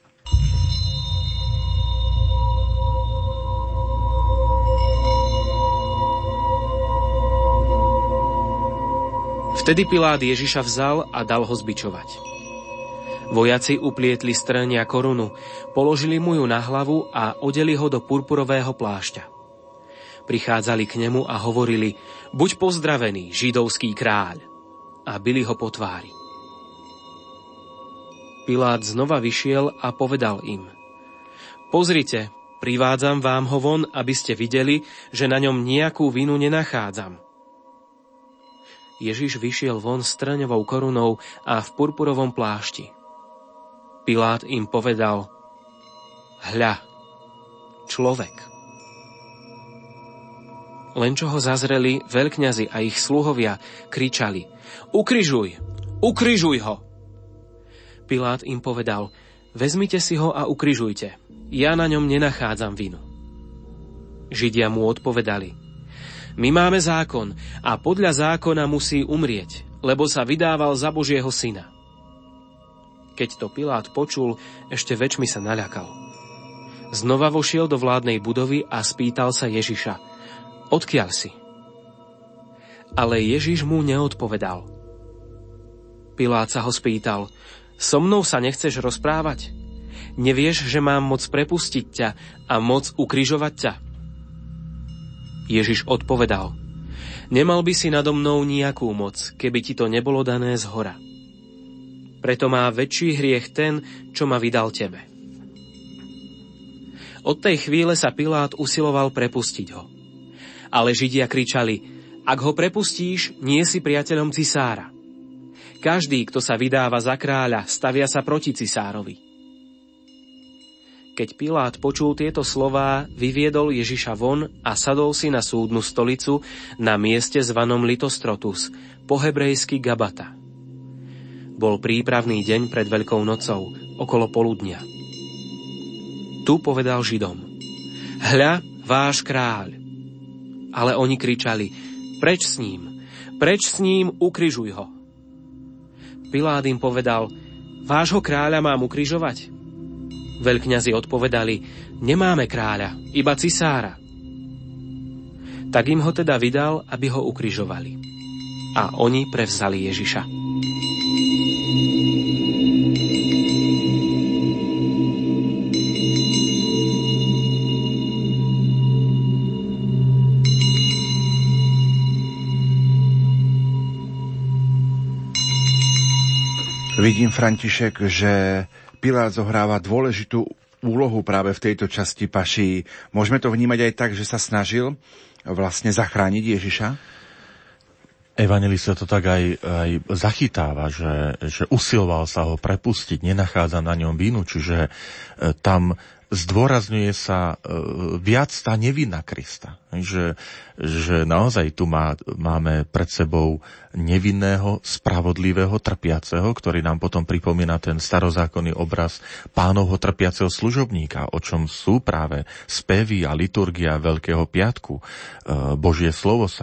Vtedy Pilát Ježiša vzal a dal ho zbičovať. Vojaci uplietli z trňa korunu, položili mu ju na hlavu a odeli ho do purpurového plášťa. Prichádzali k nemu a hovorili, buď pozdravený, židovský kráľ, a bili ho po tvári. Pilát znova vyšiel a povedal im, pozrite, privádzam vám ho von, aby ste videli, že na ňom nejakú vinu nenachádzam. Ježiš vyšiel von s trňovou korunou a v purpurovom plášti. Pilát im povedal, hľa, človek. Len čo ho zazreli, veľkňazi a ich sluhovia kričali, ukrižuj, ukrižuj ho! Pilát im povedal, vezmite si ho a ukrižujte, ja na ňom nenachádzam vinu. Židia mu odpovedali, my máme zákon a podľa zákona musí umrieť, lebo sa vydával za Božieho syna. Keď to Pilát počul, ešte väčšmi sa naľakal. Znova vošiel do vládnej budovy a spýtal sa Ježiša, odkiaľ si? Ale Ježiš mu neodpovedal. Pilát sa ho spýtal, so mnou sa nechceš rozprávať? Nevieš, že mám moc prepustiť ťa a moc ukrižovať ťa? Ježiš odpovedal, nemal by si nado mnou nejakú moc, keby ti to nebolo dané zhora. Preto má väčší hriech ten, čo ma vydal tebe. Od tej chvíle sa Pilát usiloval prepustiť ho. Ale Židia kričali, ak ho prepustíš, nie si priateľom cisára. Každý, kto sa vydáva za kráľa, stavia sa proti cisárovi. Keď Pilát počul tieto slová, vyviedol Ježiša von a sadol si na súdnu stolicu na mieste zvanom Litostrotus, po hebrejsky Gabata. Bol prípravný deň pred Veľkou nocou, okolo poludnia. Tu povedal Židom, hľa, váš kráľ. Ale oni kričali, preč s ním, ukrižuj ho. Pilát im povedal, vášho kráľa mám ukrižovať? Veľkňazi odpovedali, nemáme kráľa, iba cisára. Tak im ho teda vydal, aby ho ukrižovali. A oni prevzali Ježiša. Vidím, František, že Pilát zohráva dôležitú úlohu práve v tejto časti paší. Môžeme to vnímať aj tak, že sa snažil vlastne zachrániť Ježiša? Evanjelista to tak aj zachytáva, že usiloval sa ho prepustiť, nenachádza na ňom vinu, čiže tam zdôrazňuje sa viac tá nevina Krista. Že naozaj tu máme pred sebou nevinného, spravodlivého, trpiaceho, ktorý nám potom pripomína ten starozákonný obraz Pánovho trpiaceho služobníka, o čom sú práve spevy a liturgia Veľkého piatku. Božie slovo sa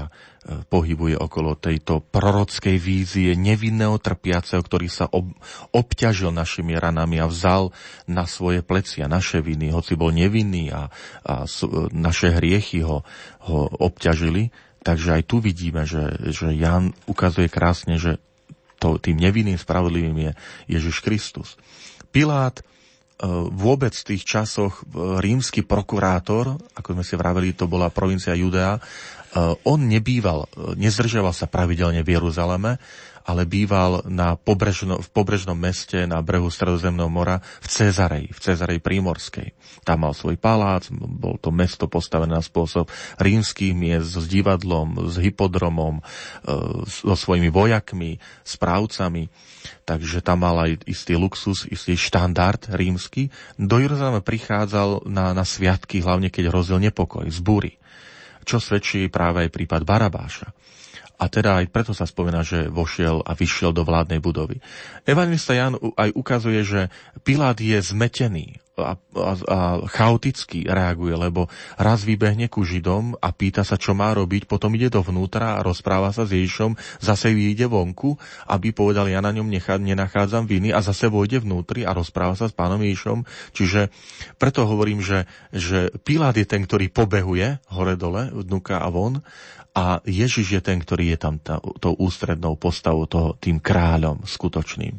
pohybuje okolo tejto prorockej vízie nevinného trpiaceho, ktorý sa obťažil našimi ranami a vzal na svoje plecia naše viny, hoci bol nevinný a naše hriechy ho obťažili. Takže aj tu vidíme, že Ján ukazuje krásne, že tým nevinným spravodlivým je Ježiš Kristus. Pilát vôbec v tých časoch rímsky prokurátor, ako sme si vraveli, to bola provincia Judea, on nezdržiaval sa pravidelne v Jeruzaleme, ale býval v pobrežnom meste na brehu Stredozemného mora v Cezareji Prímorskej. Tam mal svoj palác, bol to mesto postavené na spôsob rímskych miest s divadlom, s hypodromom, so svojimi vojakmi, správcami. Takže tam mal aj istý luxus, istý štandard rímsky. Do Jeruzalema prichádzal na sviatky, hlavne keď hrozil nepokoj, zbúry, čo svedčí práve aj prípad Barabáša. A teda aj preto sa spomína, že vošiel a vyšiel do vládnej budovy. Evanjelista Ján aj ukazuje, že Pilát je zmetený a chaoticky reaguje, lebo raz vybehne ku Židom a pýta sa, čo má robiť, potom ide dovnútra a rozpráva sa s Ježišom, zase vyjde vonku, aby povedal, ja na ňom nenachádzam viny, a zase vojde vnútri a rozpráva sa s pánom Ježišom. Čiže preto hovorím, že Pilát je ten, ktorý pobehuje hore-dole, vnúka a von, a Ježiš je ten, ktorý je tam tou ústrednou postavou, tým kráľom skutočným.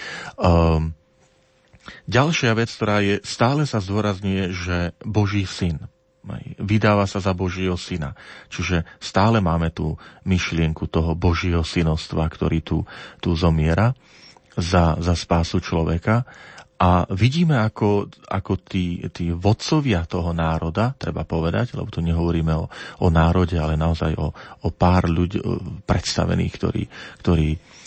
Ďalšia vec, ktorá je, stále sa zdôrazňuje, že Boží syn vydáva sa za Božieho syna. Čiže stále máme tú myšlienku toho Božieho synovstva, ktorý tu zomiera za spásu človeka. A vidíme, ako tí vodcovia toho národa, treba povedať, lebo tu nehovoríme o národe, ale naozaj o pár ľudí predstavených, ktorí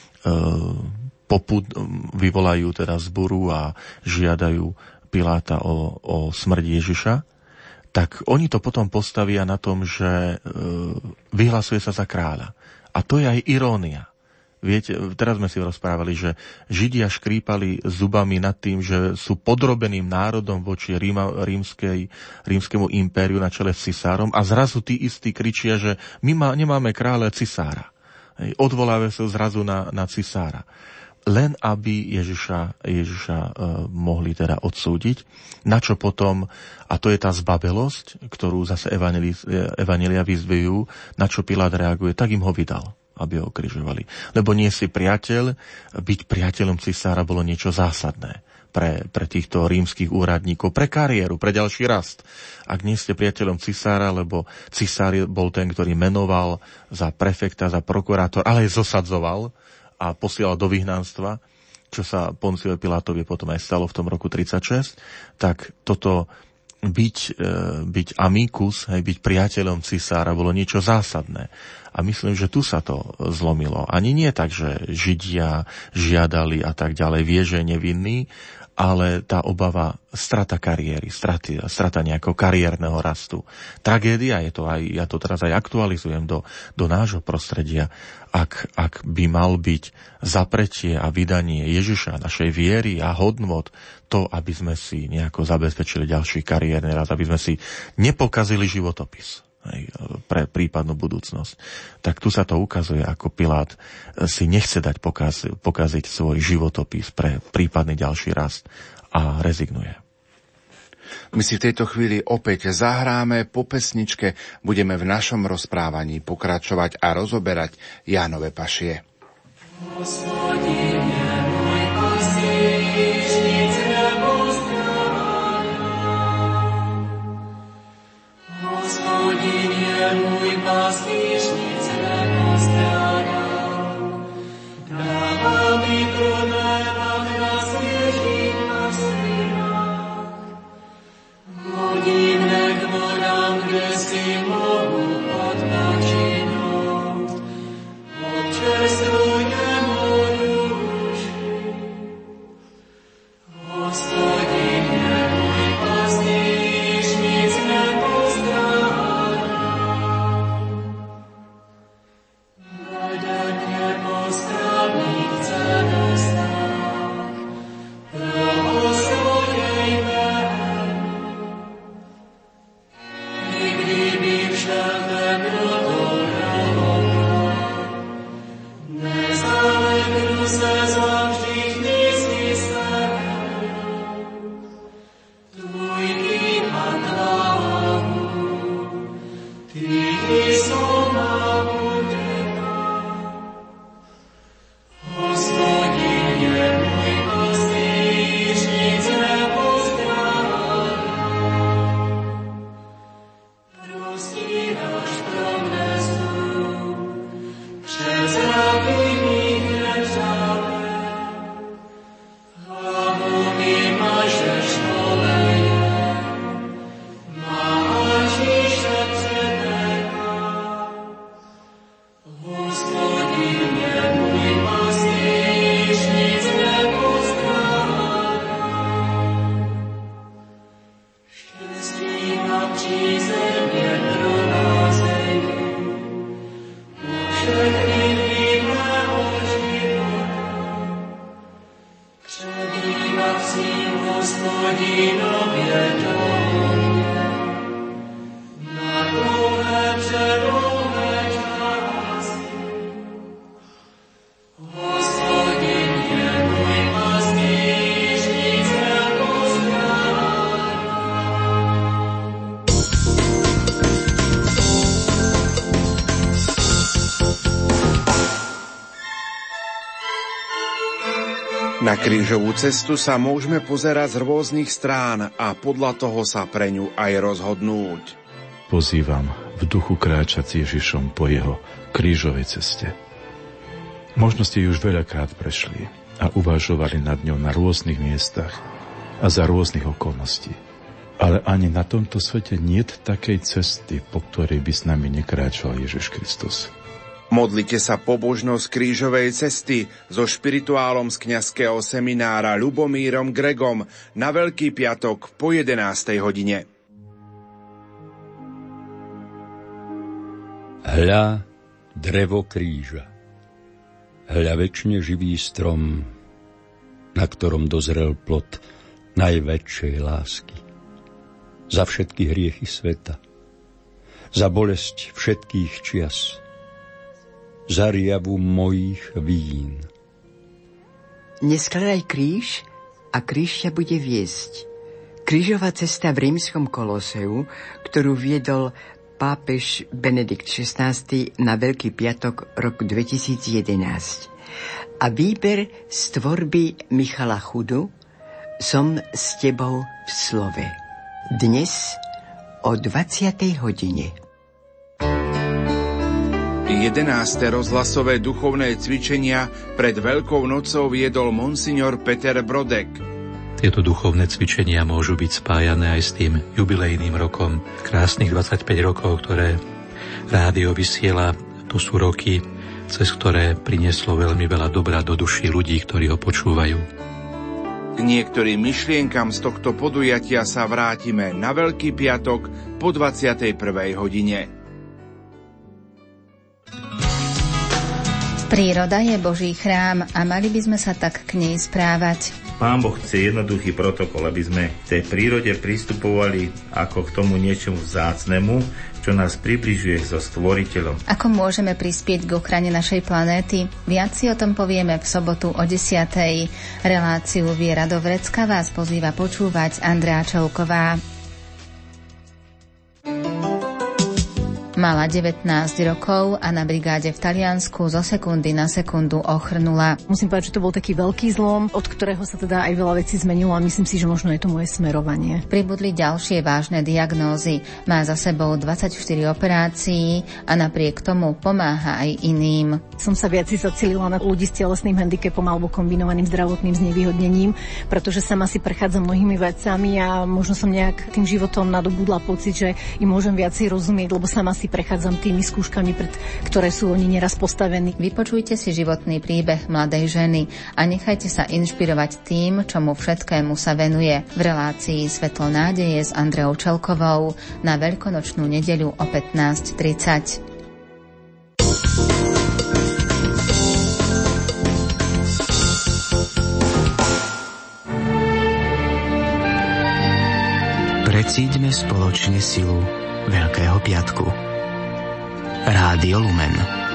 vyvolajú teda zboru a žiadajú Piláta o smrť Ježiša, tak oni to potom postavia na tom, že vyhlasuje sa za kráľa. A to je aj irónia. Viete, teraz sme si rozprávali, že Židia škrípali zubami nad tým, že sú podrobeným národom voči rímskemu impériu na čele s cisárom, a zrazu tí istí kričia, že my nemáme kráľa cisára. Odvolávajú sa zrazu na cisára. Len aby Ježiša mohli teda odsúdiť, na čo potom, a to je tá zbabelosť, ktorú zase evanjelia vyzvejú, na čo Pilát reaguje, tak im ho vydal, aby ho ukrižovali. Lebo nie si priateľ, byť priateľom cisára bolo niečo zásadné pre týchto rímskych úradníkov, pre kariéru, pre ďalší rast. Ak nie ste priateľom cisára, lebo cisár bol ten, ktorý menoval za prefekta, za prokurátor, ale aj zosadzoval a posielal do vyhnanstva, čo sa Ponciovi Pilátovi potom aj stalo v tom roku 36, tak toto byť amicus, byť priateľom cisára bolo niečo zásadné. A myslím, že tu sa to zlomilo. Ani nie tak, že Židia žiadali a tak ďalej, vie, že je nevinný, ale tá obava strata kariéry, strata nejakého kariérneho rastu. Tragédia je to aj, ja to teraz aj aktualizujem do nášho prostredia. Ak by mal byť zapretie a vydanie Ježiša, našej viery a hodnot, to, aby sme si nejako zabezpečili ďalší kariérny rast, aby sme si nepokazili životopis pre prípadnú budúcnosť. Tak tu sa to ukazuje, ako Pilát si nechce dať pokaziť svoj životopis pre prípadný ďalší rast a rezignuje. My si v tejto chvíli opäť zahráme, po pesničke budeme v našom rozprávaní pokračovať a rozoberať Jánove pašie. Odčerstvuj moju Na krížovú cestu sa môžeme pozerať z rôznych strán a podľa toho sa pre ňu aj rozhodnúť. Pozývam v duchu kráčať s Ježišom po jeho krížovej ceste. Možno ste ju už veľakrát prešli a uvažovali nad ňou na rôznych miestach a za rôznych okolností. Ale ani na tomto svete niet takej cesty, po ktorej by s nami nekráčal Ježiš Kristus. Modlite sa pobožnosť krížovej cesty so špirituálom z kňazského seminára Ľubomírom Gregom na Veľký piatok po 11. hodine. Hľa drevo kríža. Hľa večne živý strom, na ktorom dozrel plod najväčšej lásky. Za všetky hriechy sveta, za bolesť všetkých čias, za riavu mojich vín. Neskladaj kríž a kríž ťa bude viesť. Krížová cesta v rímskom Koloseu, ktorú viedol pápež Benedikt XVI na Veľký piatok rok 2011. A výber z tvorby Michala Chudu Som s tebou v slove. Dnes o 20. hodine. 11. rozhlasové duchovné cvičenia pred Veľkou nocou viedol monsignor Peter Brodek. Tieto duchovné cvičenia môžu byť spájané aj s tým jubilejným rokom. Krásnych 25 rokov, ktoré rádio vysiela, to sú roky, cez ktoré prinieslo veľmi veľa dobra do duší ľudí, ktorí ho počúvajú. K niektorým myšlienkam z tohto podujatia sa vrátime na Veľký piatok po 21. hodine. Príroda je Boží chrám a mali by sme sa tak k nej správať. Pán Boh chce jednoduchý protokol, aby sme k tej prírode pristupovali ako k tomu niečomu vzácnemu, čo nás približuje so Stvoriteľom. Ako môžeme prispieť k ochrane našej planéty? Viac si o tom povieme v sobotu o 10:00. Reláciu Viera do vrecka vás pozýva počúvať Andrea Čelková. Mala 19 rokov a na brigáde v Taliansku zo sekundy na sekundu ochrnula. Musím povedať, že to bol taký veľký zlom, od ktorého sa teda aj veľa vecí zmenilo a myslím si, že možno je to moje smerovanie. Pribudli ďalšie vážne diagnózy. Má za sebou 24 operácií a napriek tomu pomáha aj iným. Som sa viac zacielila na ľudí s telesným handicapom alebo kombinovaným zdravotným znevýhodnením, pretože sama si prechádzam mnohými vecami a možno som nejak tým životom nadobudla pocit, že im môžem viacej rozumieť, lebo sama si prechádzam tými skúškami, pred ktoré sú oni neraz postavení. Vypočujte si životný príbeh mladej ženy a nechajte sa inšpirovať tým, čomu všetkému sa venuje. V relácii Svetlo nádeje s Andreou Čelkovou na veľkonočnú nedeľu o 15:30. Precíťme spoločne silu Veľkého piatku. Rádio Lumen.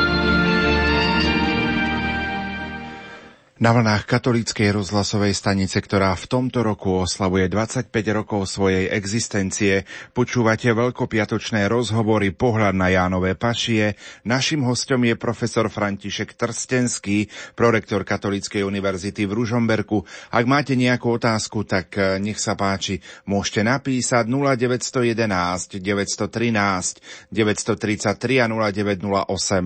Na vlnách katolíckej rozhlasovej stanice, ktorá v tomto roku oslavuje 25 rokov svojej existencie, počúvate veľkopiatočné rozhovory Pohľad na Jánove pašie. Naším hostom je profesor František Trstenský, prorektor Katolíckej univerzity v Ružomberku. Ak máte nejakú otázku, tak nech sa páči, môžete napísať 0911 913 933 a 0908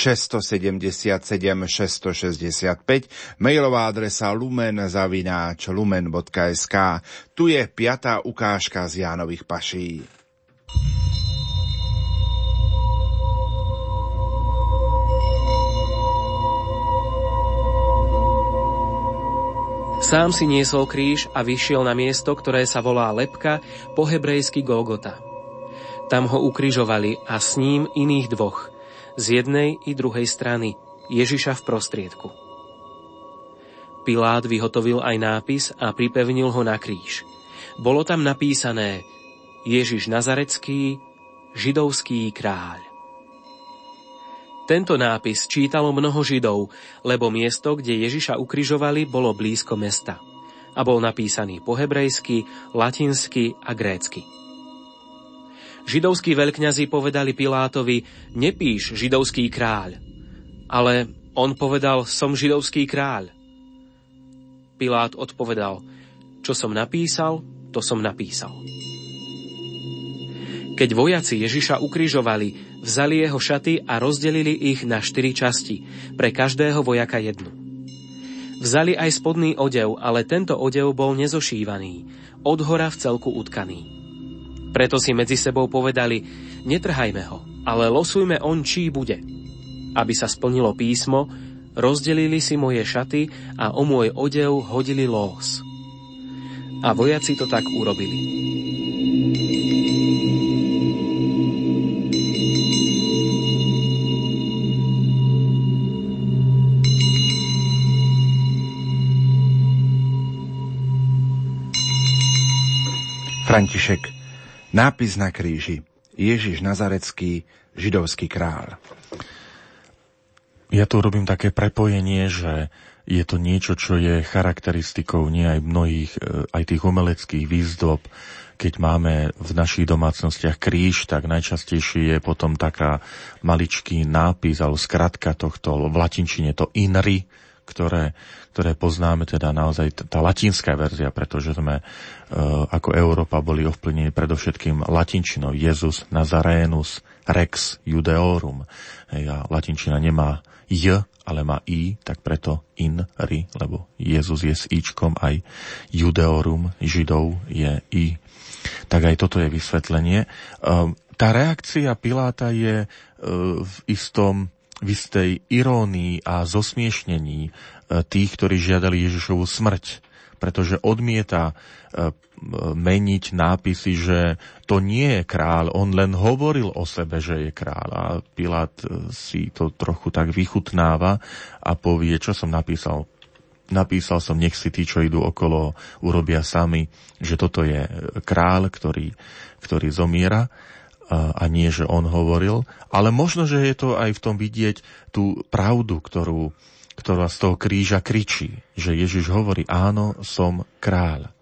677 665, mailová adresa lumen@lumen.sk. Tu je 5. ukážka z Jánových paší. Sám si niesol kríž a vyšiel na miesto, ktoré sa volá Lebka, po hebrejsky Golgota. Tam ho ukrižovali a s ním iných dvoch, z jednej i druhej strany, Ježiša v prostriedku. Pilát vyhotovil aj nápis a pripevnil ho na kríž. Bolo tam napísané Ježiš Nazarecký, židovský kráľ. Tento nápis čítalo mnoho Židov, lebo miesto, kde Ježiša ukrižovali, bolo blízko mesta a bol napísaný po hebrejsky, latinsky a grécky. Židovskí veľkňazi povedali Pilátovi, nepíš židovský kráľ, ale on povedal, som židovský kráľ. Pilát odpovedal, čo som napísal, to som napísal. Keď vojaci Ježiša ukrižovali, vzali jeho šaty a rozdelili ich na 4 časti, pre každého vojaka jednu. Vzali aj spodný odev, ale tento odev bol nezošívaný, odhora v celku utkaný. Preto si medzi sebou povedali, netrhajme ho, ale losujme on, čí bude. Aby sa splnilo písmo, rozdelili si moje šaty a o môj odev hodili lós. A vojaci to tak urobili. František, nápis na kríži. Ježiš Nazarecký, židovský kráľ. Ja tu robím také prepojenie, že je to niečo, čo je charakteristikou nie aj mnohých, aj tých umeleckých výzdob. Keď máme v našich domácnostiach kríž, tak najčastejšie je potom taká maličký nápis alebo skratka tohto, v latinčine to INRI, ktoré poznáme, teda naozaj tá latinská verzia, pretože sme ako Európa boli ovplyvnení predovšetkým latinčinou. Jesus Nazarenus Rex Judeorum. A latinčina nemá J, ale má I, tak preto INRI, lebo Jezus je s Ičkom, aj Judeorum, Židov, je I. Tak aj toto je vysvetlenie. Tá reakcia Piláta je v istej irónii a zosmiešnení tých, ktorí žiadali Ježišovu smrť, pretože odmieta meniť nápisy, že to nie je kráľ, on len hovoril o sebe, že je kráľ. A Pilát si to trochu tak vychutnáva a povie, čo som napísal. Napísal som, nech si tí, čo idú okolo, urobia sami, že toto je kráľ, ktorý zomiera, a nie, že on hovoril. Ale možno, že je to aj v tom vidieť tú pravdu, ktorá z toho kríža kričí, že Ježiš hovorí, áno, som kráľ.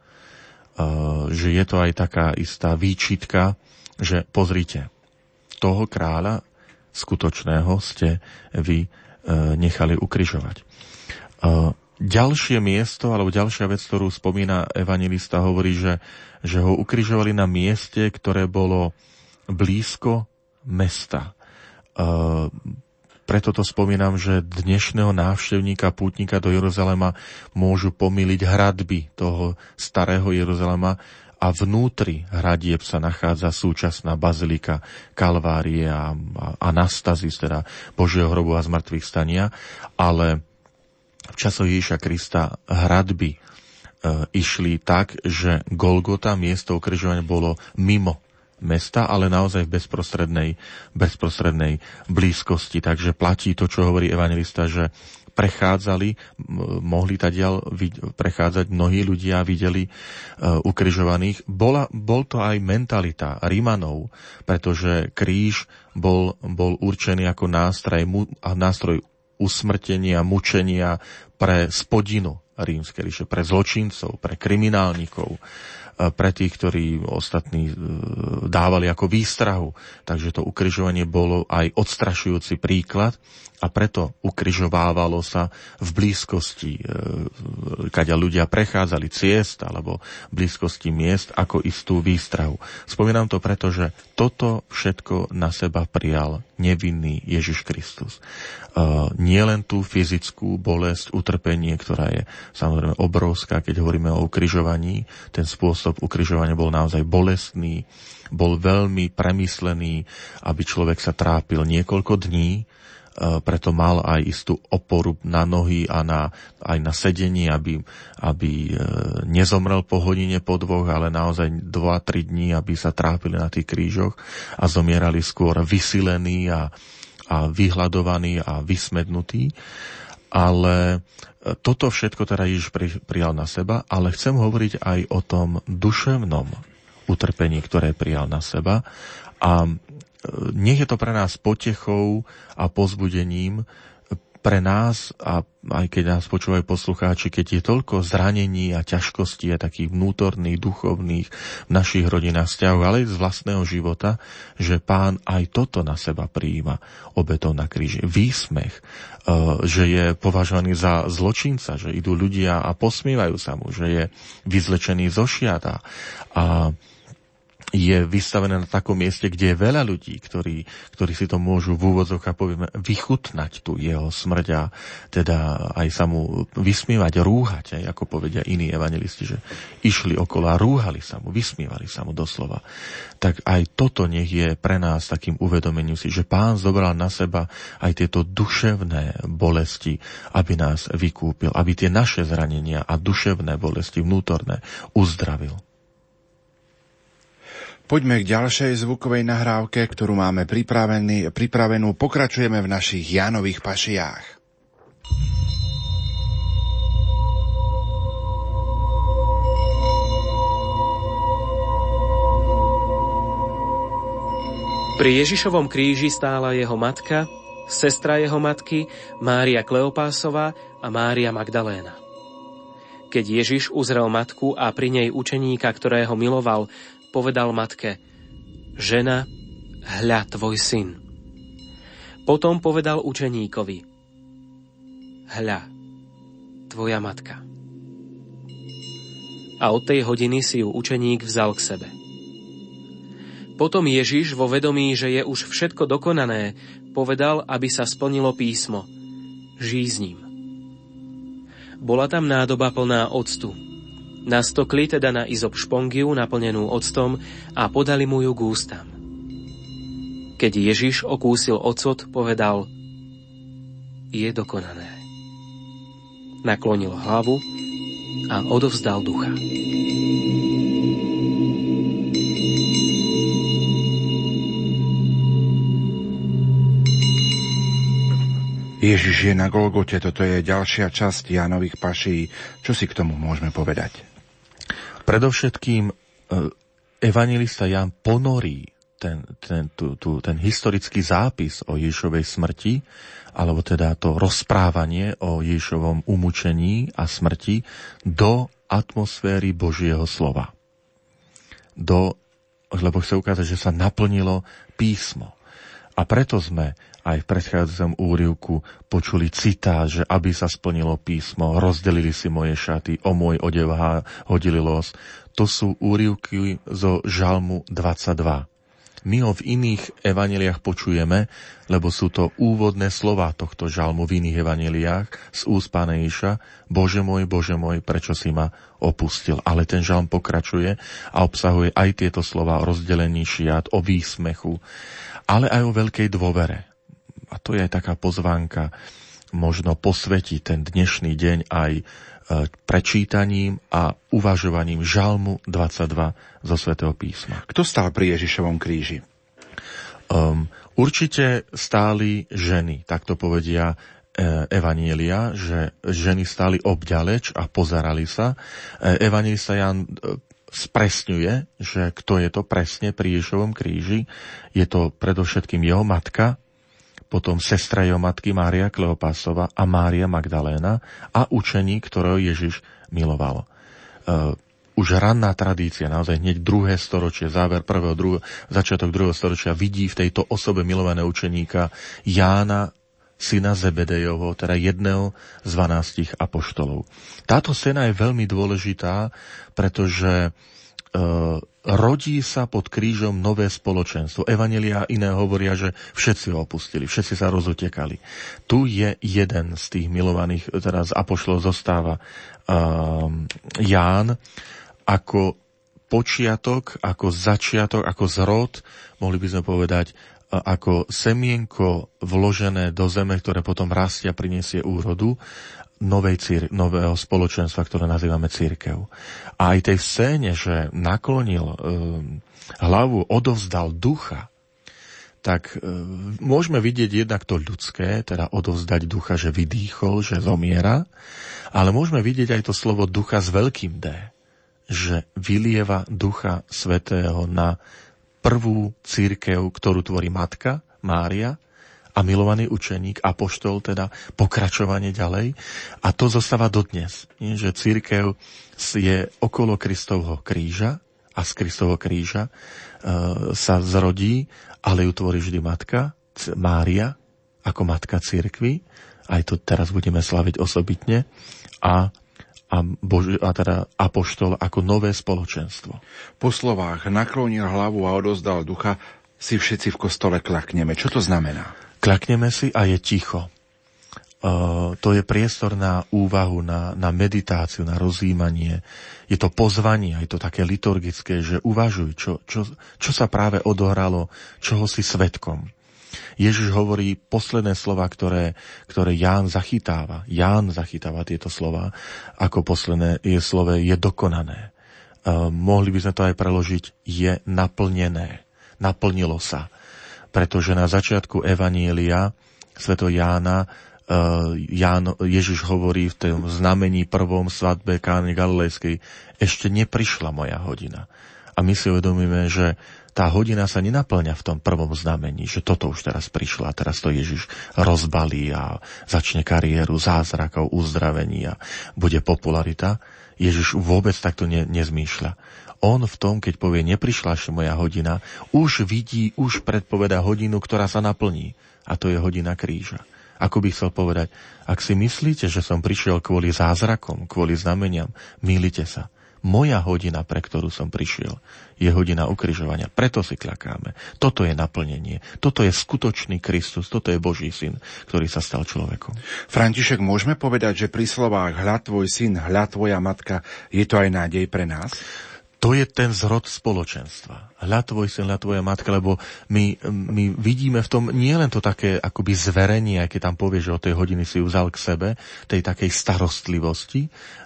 Že je to aj taká istá výčitka, že pozrite, toho kráľa skutočného ste vy nechali ukrižovať. Ďalšie miesto, alebo ďalšia vec, ktorú spomína evanjelista, hovorí, že ho ukrižovali na mieste, ktoré bolo blízko mesta. Preto to spomínam, že dnešného návštevníka, pútnika do Jeruzalema môžu pomýliť hradby toho starého Jeruzalema a vnútri hradieb sa nachádza súčasná bazilika Kalvárie a Anastazis, teda Božieho hrobu a zmrtvých stania, ale v časoch Ježiša Krista hradby išli tak, že Golgota, miesto ukrižovania, bolo mimo mesta, ale naozaj v bezprostrednej blízkosti. Takže platí to, čo hovorí evanjelista, že mohli tadiaľ prechádzať mnohí ľudia, videli ukrižovaných. Bol to aj mentalita Rimanov, pretože kríž bol určený ako nástroj usmrtenia, mučenia pre spodinu rímskej ríše, pre zločincov, pre kriminálnikov, pre tých, ktorí ostatní dávali ako výstrahu. Takže to ukrižovanie bolo aj odstrašujúci príklad a preto ukrižovávalo sa v blízkosti, kaďa ľudia prechádzali ciest alebo v blízkosti miest ako istú výstrahu. Spomínam to preto, že toto všetko na seba prijal nevinný Ježiš Kristus. Nie len tú fyzickú bolesť, utrpenie, ktorá je samozrejme obrovská, keď hovoríme o ukrižovaní. Ten spôsob ukrižovania bol naozaj bolestný, bol veľmi premyslený, aby človek sa trápil niekoľko dní, preto mal aj istú oporu na nohy a aj na sedenie, aby nezomrel po hodine, po dvoch, ale naozaj 2-3 dní, aby sa trápili na tých krížoch a zomierali skôr vysilení a vyhľadovaní a vysmednutí. Ale toto všetko teda Ježiš prijal na seba, ale chcem hovoriť aj o tom duševnom utrpení, ktoré prijal na seba. A nech je to pre nás potechou a povzbudením, pre nás, a aj keď nás počúvajú poslucháči, keď je toľko zranení a ťažkostí a takých vnútorných, duchovných v našich rodinách vzťahov, ale aj z vlastného života, že Pán aj toto na seba prijíma obetou na kríži. Výsmech, že je považovaný za zločinca, že idú ľudia a posmievajú sa mu, že je vyzlečený zo šiata a je vystavené na takom mieste, kde je veľa ľudí, ktorí si to môžu v úvodzovkách, povieme, vychutnať tú jeho smrť a teda aj sa mu vysmievať, rúhať, aj ako povedia iní evangelisti, že išli okolo a rúhali sa mu, vysmievali sa mu doslova. Tak aj toto nech je pre nás takým uvedomením si, že Pán zobral na seba aj tieto duševné bolesti, aby nás vykúpil, aby tie naše zranenia a duševné bolesti vnútorné uzdravil. Poďme k ďalšej zvukovej nahrávke, ktorú máme pripravenú. Pokračujeme v našich Jánových pašiách. Pri Ježišovom kríži stála jeho matka, sestra jeho matky, Mária Kleopásová a Mária Magdaléna. Keď Ježiš uzrel matku a pri nej učeníka, ktorého miloval, povedal matke: Žena, hľa tvoj syn. Potom povedal učeníkovi: Hľa, tvoja matka. A od tej hodiny si ju učeník vzal k sebe. Potom Ježiš vo vedomí, že je už všetko dokonané, povedal, aby sa splnilo písmo: Žij s ním. Bola tam nádoba plná octu. Nastokli teda na izop špongiu naplnenú octom a podali mu ju k ústam. Keď Ježiš okúsil ocot, povedal: Je dokonané. Naklonil hlavu a odovzdal ducha. Ježiš je na Golgote, toto je ďalšia časť Jánových paší. Čo si k tomu môžeme povedať? Predovšetkým evanjelista Ján ponorí ten historický zápis o Ježišovej smrti, alebo teda to rozprávanie o Ježišovom umúčení a smrti do atmosféry Božieho slova. Lebo chce ukázať, že sa naplnilo písmo. A preto sme aj v predchádzajúcom úryvku počuli citát, že aby sa splnilo písmo, rozdelili si moje šaty, o môj odev hodili los. To sú úryvky zo Žalmu 22. My ho v iných evanjeliách počujeme, lebo sú to úvodné slová tohto žalmu v iných evanjeliách z úst Pána Ježiša: Bože môj, prečo si ma opustil? Ale ten žalm pokračuje a obsahuje aj tieto slová o rozdelení šiat, o výsmechu, ale aj o veľkej dôvere. A to je aj taká pozvánka možno posvetiť ten dnešný deň aj prečítaním a uvažovaním Žalmu 22 zo Svätého písma. Kto stál pri Ježišovom kríži? Určite stáli ženy, tak to povedia evanjelia, že ženy stáli obďaleč a pozerali sa. Evanjelista Ján spresňuje, že kto je to presne pri Ježišovom kríži. Je to predovšetkým jeho matka, potom sestra jeho matky Mária Kleopásová a Mária Magdaléna a učeník, ktorého Ježiš miloval. Už ranná tradícia, naozaj hneď 2. storočie, začiatok 2. storočia vidí v tejto osobe milovaného učeníka Jána, syna Zebedejovho, teda jedného z 12 apoštolov. Táto scéna je veľmi dôležitá, pretože rodí sa pod krížom nové spoločenstvo. Evanjelia iné hovoria, že všetci ho opustili, všetci sa rozutekali. Tu je jeden z tých milovaných, teda z apoštolov zostáva Ján, ako počiatok, ako začiatok, ako zrod, mohli by sme povedať, ako semienko vložené do zeme, ktoré potom rastie a prinesie úrodu nového spoločenstva, ktoré nazývame cirkev. A aj tej scéne, že naklonil hlavu, odovzdal ducha, tak môžeme vidieť jednak to ľudské, teda odovzdať ducha, že vydýchol, že zomiera, ale môžeme vidieť aj to slovo ducha s veľkým D, že vylieva Ducha Svätého na prvú cirkev, ktorú tvorí Matka Mária a milovaný učeník, apoštol, teda pokračovanie ďalej. A to zostáva dodnes, že cirkev je okolo Kristovho kríža a z Kristovho kríža sa zrodí, ale ju tvorí vždy Matka Mária ako Matka cirkvi. Aj to teraz budeme slaviť osobitne. A teda apoštol ako nové spoločenstvo. Po slovách naklonil hlavu a odozdal ducha si všetci v kostole klakneme. Čo to znamená? Klakneme si a je ticho. To je priestor na úvahu, na meditáciu, na rozjímanie. Je to pozvanie, je to také liturgické, že uvažuj, čo sa práve odohralo, čoho si svedkom. Ježiš hovorí posledné slova, ktoré Ján zachytáva. Ján zachytáva tieto slova, ako posledné je slovo je dokonané. Mohli by sme to aj preložiť je naplnené. Naplnilo sa. Pretože na začiatku Evanielia svätého Jána Ježiš hovorí v tom znamení prvom svadbe Kány Galilejskej, ešte neprišla moja hodina. A my si uvedomíme, že tá hodina sa nenaplňa v tom prvom znamení, že toto už teraz prišla a teraz to Ježiš rozbalí a začne kariéru zázrakov, uzdravení a bude popularita. Ježiš vôbec takto nezmýšľa. On v tom, keď povie, neprišla ešte moja hodina, už vidí, už predpovedá hodinu, ktorá sa naplní. A to je hodina kríža. Ako by chcel povedať, ak si myslíte, že som prišiel kvôli zázrakom, kvôli znameniam, mýlite sa. Moja hodina, pre ktorú som prišiel, je hodina ukrižovania. Preto si klakáme. Toto je naplnenie. Toto je skutočný Kristus. Toto je Boží syn, ktorý sa stal človekom. František, môžeme povedať, že pri slovách hľa tvoj syn, hľa tvoja matka, je to aj nádej pre nás? To je ten zrod spoločenstva. Hľa tvoj syn, hľa tvoja matka, lebo my vidíme v tom nie len to také akoby zverenie, keď tam povie, že o tej hodiny si ju vzal k sebe, tej takej starostlivosti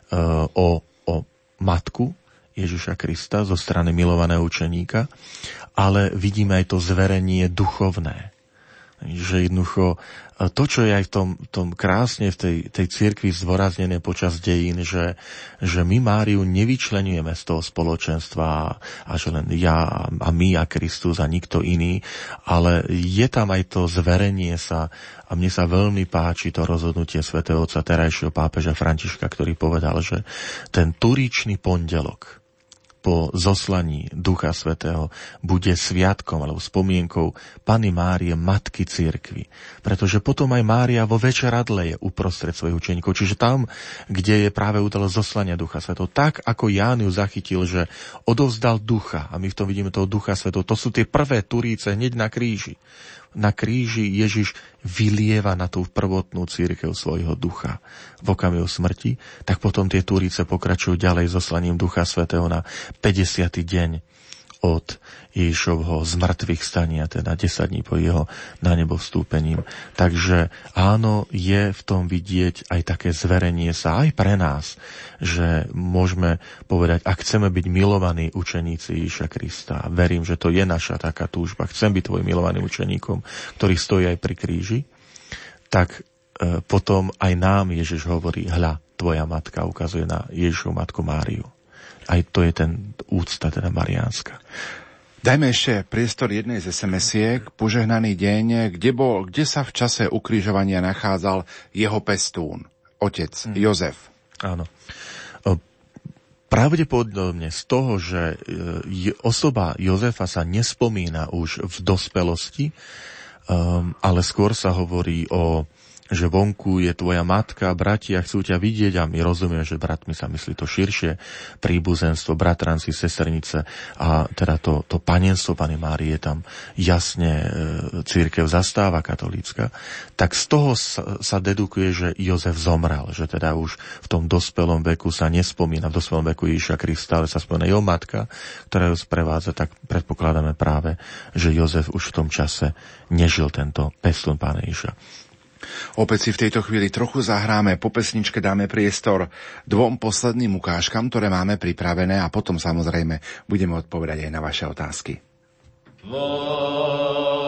o matku Ježiša Krista zo strany milovaného učeníka, ale vidíme aj to zverenie duchovné. Že jednoducho to, čo je aj v tom krásne v tej cirkvi zdôraznené počas dejín, že my Máriu nevyčlenujeme z toho spoločenstva a že len ja a my a Kristus a nikto iný, ale je tam aj to zverenie sa a mne sa veľmi páči to rozhodnutie svätého otca terajšieho pápeža Františka, ktorý povedal, že ten turíčny pondelok po zoslaní Ducha Svätého bude sviatkom alebo spomienkou Panny Márie, matky cirkvi. Pretože potom aj Mária vo večeradle je uprostred svojich učeníkov. Čiže tam, kde je práve udalosť zoslania Ducha Svätého. Tak, ako Ján ju zachytil, že odovzdal Ducha, a my v tom vidíme toho Ducha Svätého, to sú tie prvé turíce hneď na kríži. Na kríži Ježiš vylieva na tú prvotnú cirkev svojho ducha v okamihu smrti, tak potom tie túrice pokračujú ďalej zoslaním Ducha Svätého na 50. deň od Ježišovho zmrtvých stania, teda 10 dní po jeho na nebo vstúpením. Takže áno, je v tom vidieť aj také zverenie sa aj pre nás, že môžeme povedať, ak chceme byť milovaní učeníci Ježiša Krista, verím, že to je naša taká túžba, chcem byť tvoj milovaným učeníkom, ktorý stojí aj pri kríži, tak potom aj nám Ježiš hovorí, hľa, tvoja matka, ukazuje na Ježišovu matku Máriu. Aj to je ten úcta, teda mariánska. Dajme ešte priestor jednej z SMS-iek. Požehnaný deň, kde sa v čase ukrižovania nachádzal jeho pestún, otec Jozef. Áno. Pravdepodobne z toho, že osoba Jozefa sa nespomína už v dospelosti, ale skôr sa hovorí že vonku je tvoja matka, bratia chcú ťa vidieť a my rozumieme, že bratmi sa myslí to širšie príbuzenstvo, bratranci, sesternice a teda to panenstvo Panny Márie tam jasne cirkev zastáva katolícka, tak z toho sa dedukuje, že Jozef zomrel, že teda už v tom dospelom veku sa nespomína, v dospelom veku Ježiša Krista, ale sa spomína jeho matka, ktorá ju sprevádza, tak predpokladáme práve, že Jozef už v tom čase nežil tento pestún Pána Ježiša. Opäť si v tejto chvíli trochu zahráme, po pesničke dáme priestor dvom posledným ukážkam, ktoré máme pripravené a potom samozrejme budeme odpovedať aj na vaše otázky.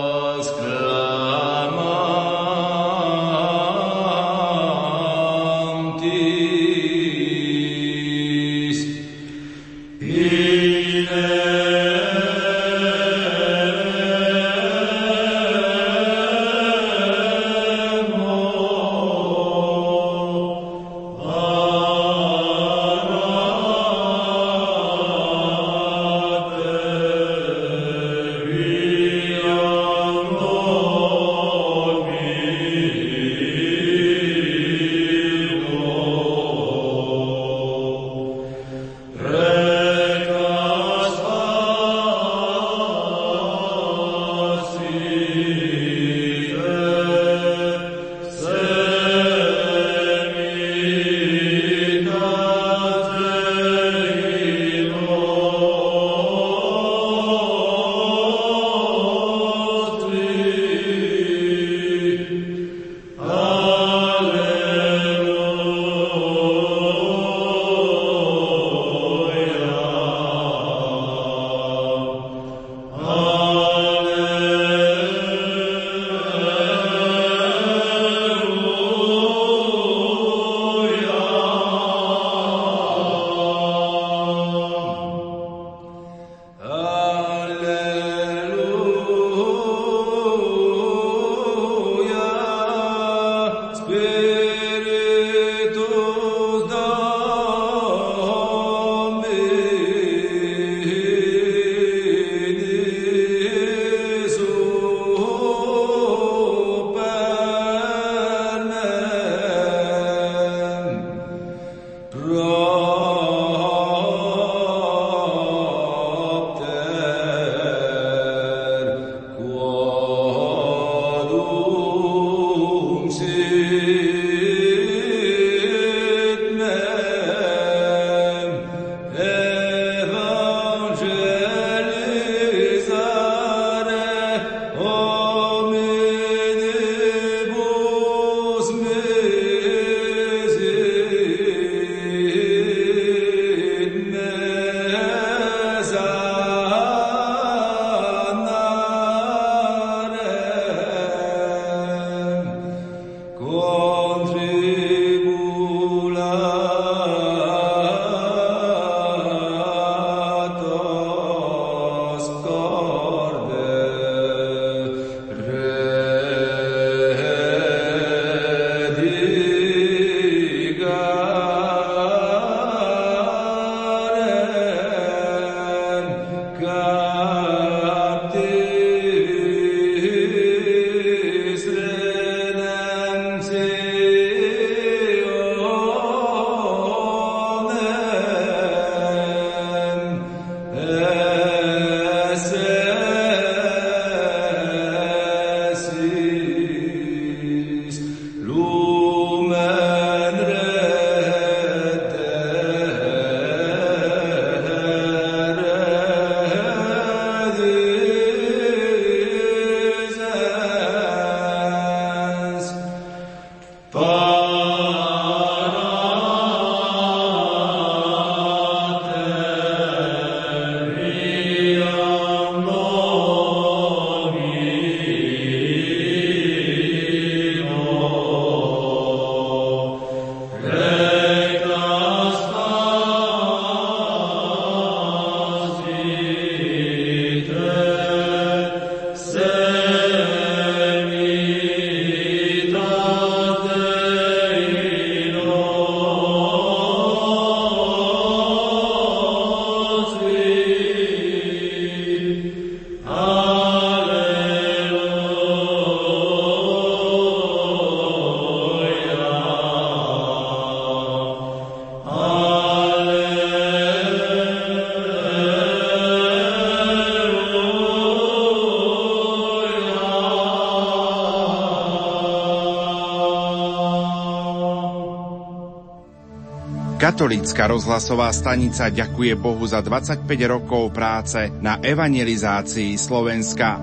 Katolícka rozhlasová stanica ďakuje Bohu za 25 rokov práce na evangelizácii Slovenska.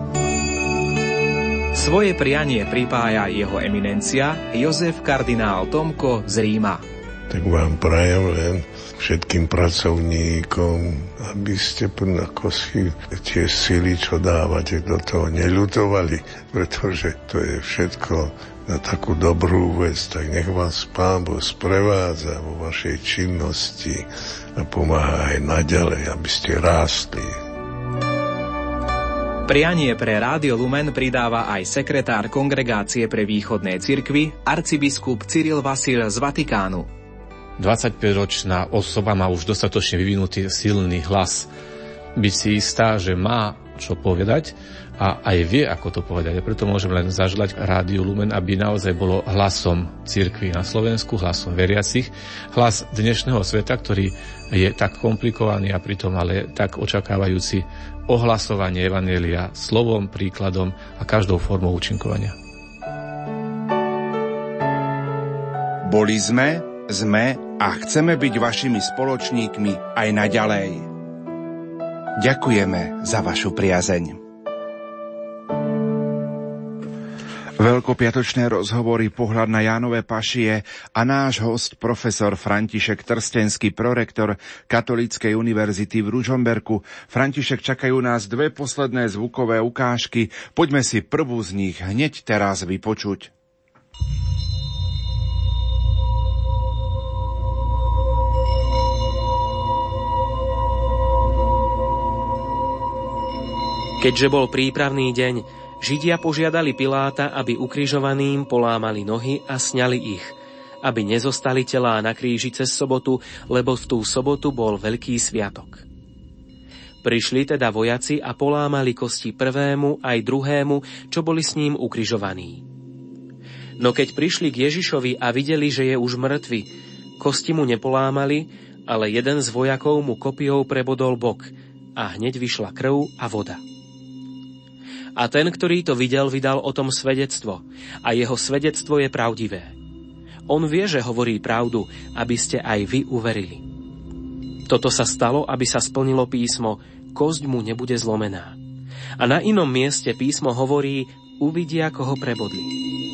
Svoje prianie pripája jeho eminencia Jozef kardinál Tomko z Ríma. tak vám prajem len všetkým pracovníkom, aby ste ako si tie sily, čo dávate do toho, neľutovali, pretože to je všetko na takú dobrú vec, tak nech vás Pán Boh sprevádza vo vašej činnosti a pomáha aj naďalej, aby ste rástli. Prianie pre Rádio Lumen pridáva aj sekretár Kongregácie pre východné cirkvi, arcibiskup Cyril Vasil z Vatikánu. 25-ročná osoba má už dostatočne vyvinutý silný hlas. Byť si istá, že má čo povedať a aj vie, ako to povedať. A preto môžem len zaželať Rádiu Lumen, aby naozaj bolo hlasom cirkvi na Slovensku, hlasom veriacich, hlas dnešného sveta, ktorý je tak komplikovaný a pritom ale tak očakávajúci ohlasovanie evanjelia slovom, príkladom a každou formou účinkovania. Boli sme a chceme byť vašimi spoločníkmi aj naďalej. Ďakujeme za vašu priazeň. Veľkopiatočné rozhovory, pohľad na Jánove pašie a náš host, profesor František Trstenský, prorektor Katolíckej univerzity v Ružomberku. František, čakajú nás dve posledné zvukové ukážky. Poďme si prvú z nich hneď teraz vypočuť. Keďže bol prípravný deň, Židia požiadali Piláta, aby ukrižovaným polámali nohy a sňali ich, aby nezostali telá na kríži cez sobotu, lebo v tú sobotu bol veľký sviatok. Prišli teda vojaci a polámali kosti prvému aj druhému, čo boli s ním ukrižovaní. No keď prišli k Ježišovi a videli, že je už mŕtvy, kosti mu nepolámali, ale jeden z vojakov mu kopijou prebodol bok a hneď vyšla krv a voda. A ten, ktorý to videl, vydal o tom svedectvo. A jeho svedectvo je pravdivé. On vie, že hovorí pravdu, aby ste aj vy uverili. Toto sa stalo, aby sa splnilo písmo, kosť mu nebude zlomená. A na inom mieste písmo hovorí, uvidia, koho prebodli.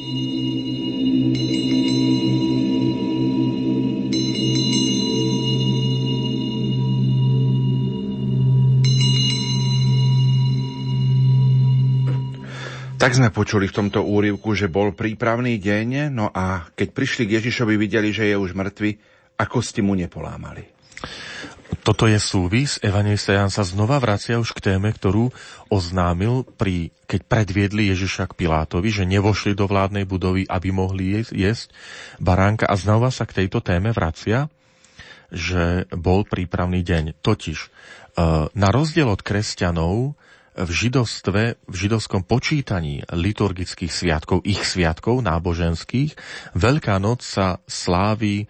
Tak sme počuli v tomto úryvku, že bol prípravný deň, no a keď prišli k Ježišovi, videli, že je už mŕtvy a kosti mu nepolámali. Toto je súvis. Evanjelista Ján sa znova vracia už k téme, ktorú oznámil, keď predviedli Ježiša k Pilátovi, že nevošli do vládnej budovy, aby mohli jesť baránka. A znova sa k tejto téme vracia, že bol prípravný deň. Totiž na rozdiel od kresťanov, v židovskom počítaní liturgických sviatkov, ich sviatkov náboženských, Veľká noc sa slávi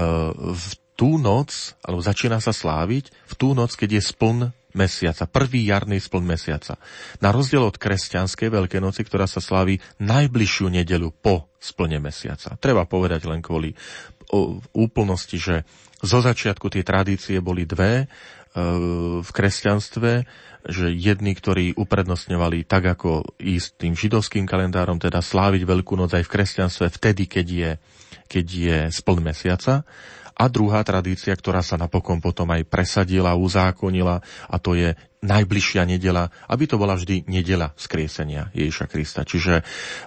v tú noc, alebo začína sa sláviť v tú noc, keď je spln mesiaca, prvý jarný spln mesiaca. Na rozdiel od kresťanskej Veľkej noci, ktorá sa slávi najbližšiu nedeľu po splne mesiaca. Treba povedať len kvôli úplnosti, že zo začiatku tie tradície boli dve v kresťanstve, že jedni, ktorí uprednostňovali tak ako ísť tým židovským kalendárom, teda sláviť Veľkú noc aj v kresťanstve vtedy, keď je spln mesiaca. A druhá tradícia, ktorá sa napokon potom aj presadila, uzákonila, a to je najbližšia nedeľa, aby to bola vždy nedeľa vzkriesenia Ježiša Krista. Čiže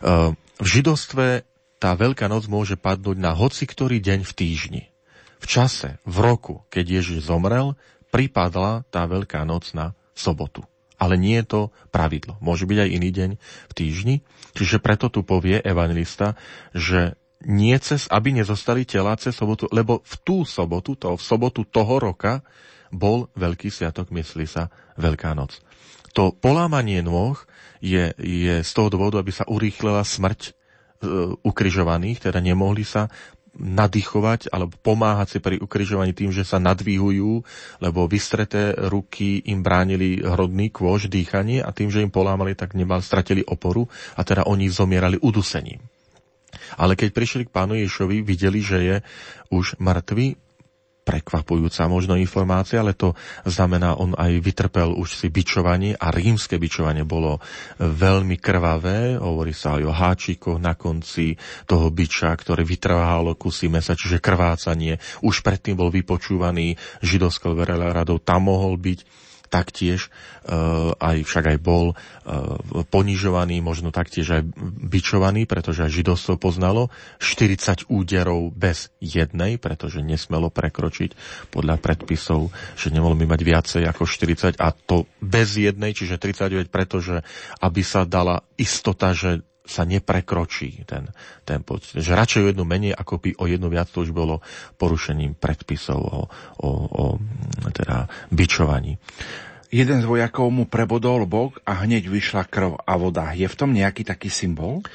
v židovstve tá Veľká noc môže padnúť na hoci ktorý deň v týždni. V čase, v roku, keď Ježiš zomrel, pripadla tá Veľká noc na sobotu. Ale nie je to pravidlo. Môže byť aj iný deň v týždni. Čiže preto tu povie evanjelista, že nie aby nezostali telá cez sobotu, lebo v tú sobotu, v sobotu toho roka bol veľký sviatok, myslí sa Veľká noc. To polámanie nôh je z toho dôvodu, aby sa urýchlila smrť ukrižovaných, teda nemohli sa nadýchovať alebo pomáhať si pri ukrižovaní tým, že sa nadvíhujú, lebo vystreté ruky im bránili hrodný kôž, dýchanie, a tým, že im polámali, tak stratili oporu a teda oni zomierali udusením. Ale keď prišli k pánu Ježišovi, videli, že je už mŕtvy, prekvapujúca možno informácia, ale to znamená, on aj vytrpel už si bičovanie a rímske bičovanie bolo veľmi krvavé. Hovorí sa aj o háčikoch na konci toho biča, ktoré vytrvalo kusy mesa, čiže krvácanie. Už predtým bol vypočúvaný židovskou veľradou, tam mohol byť taktiež, však aj bol ponižovaný, možno taktiež aj bičovaný, pretože aj židovstvo poznalo 40 úderov bez jednej, pretože nesmelo prekročiť podľa predpisov, že nemohlo by mať viacej ako 40 a to bez jednej, čiže 39, pretože aby sa dala istota, že sa neprekročí ten pocit. Že radšej o jednu menej, ako by o jednu viac, to už bolo porušením predpisov o teda bičovaní. Jeden z vojakov mu prebodol bok a hneď vyšla krv a voda. Je v tom nejaký taký symbol?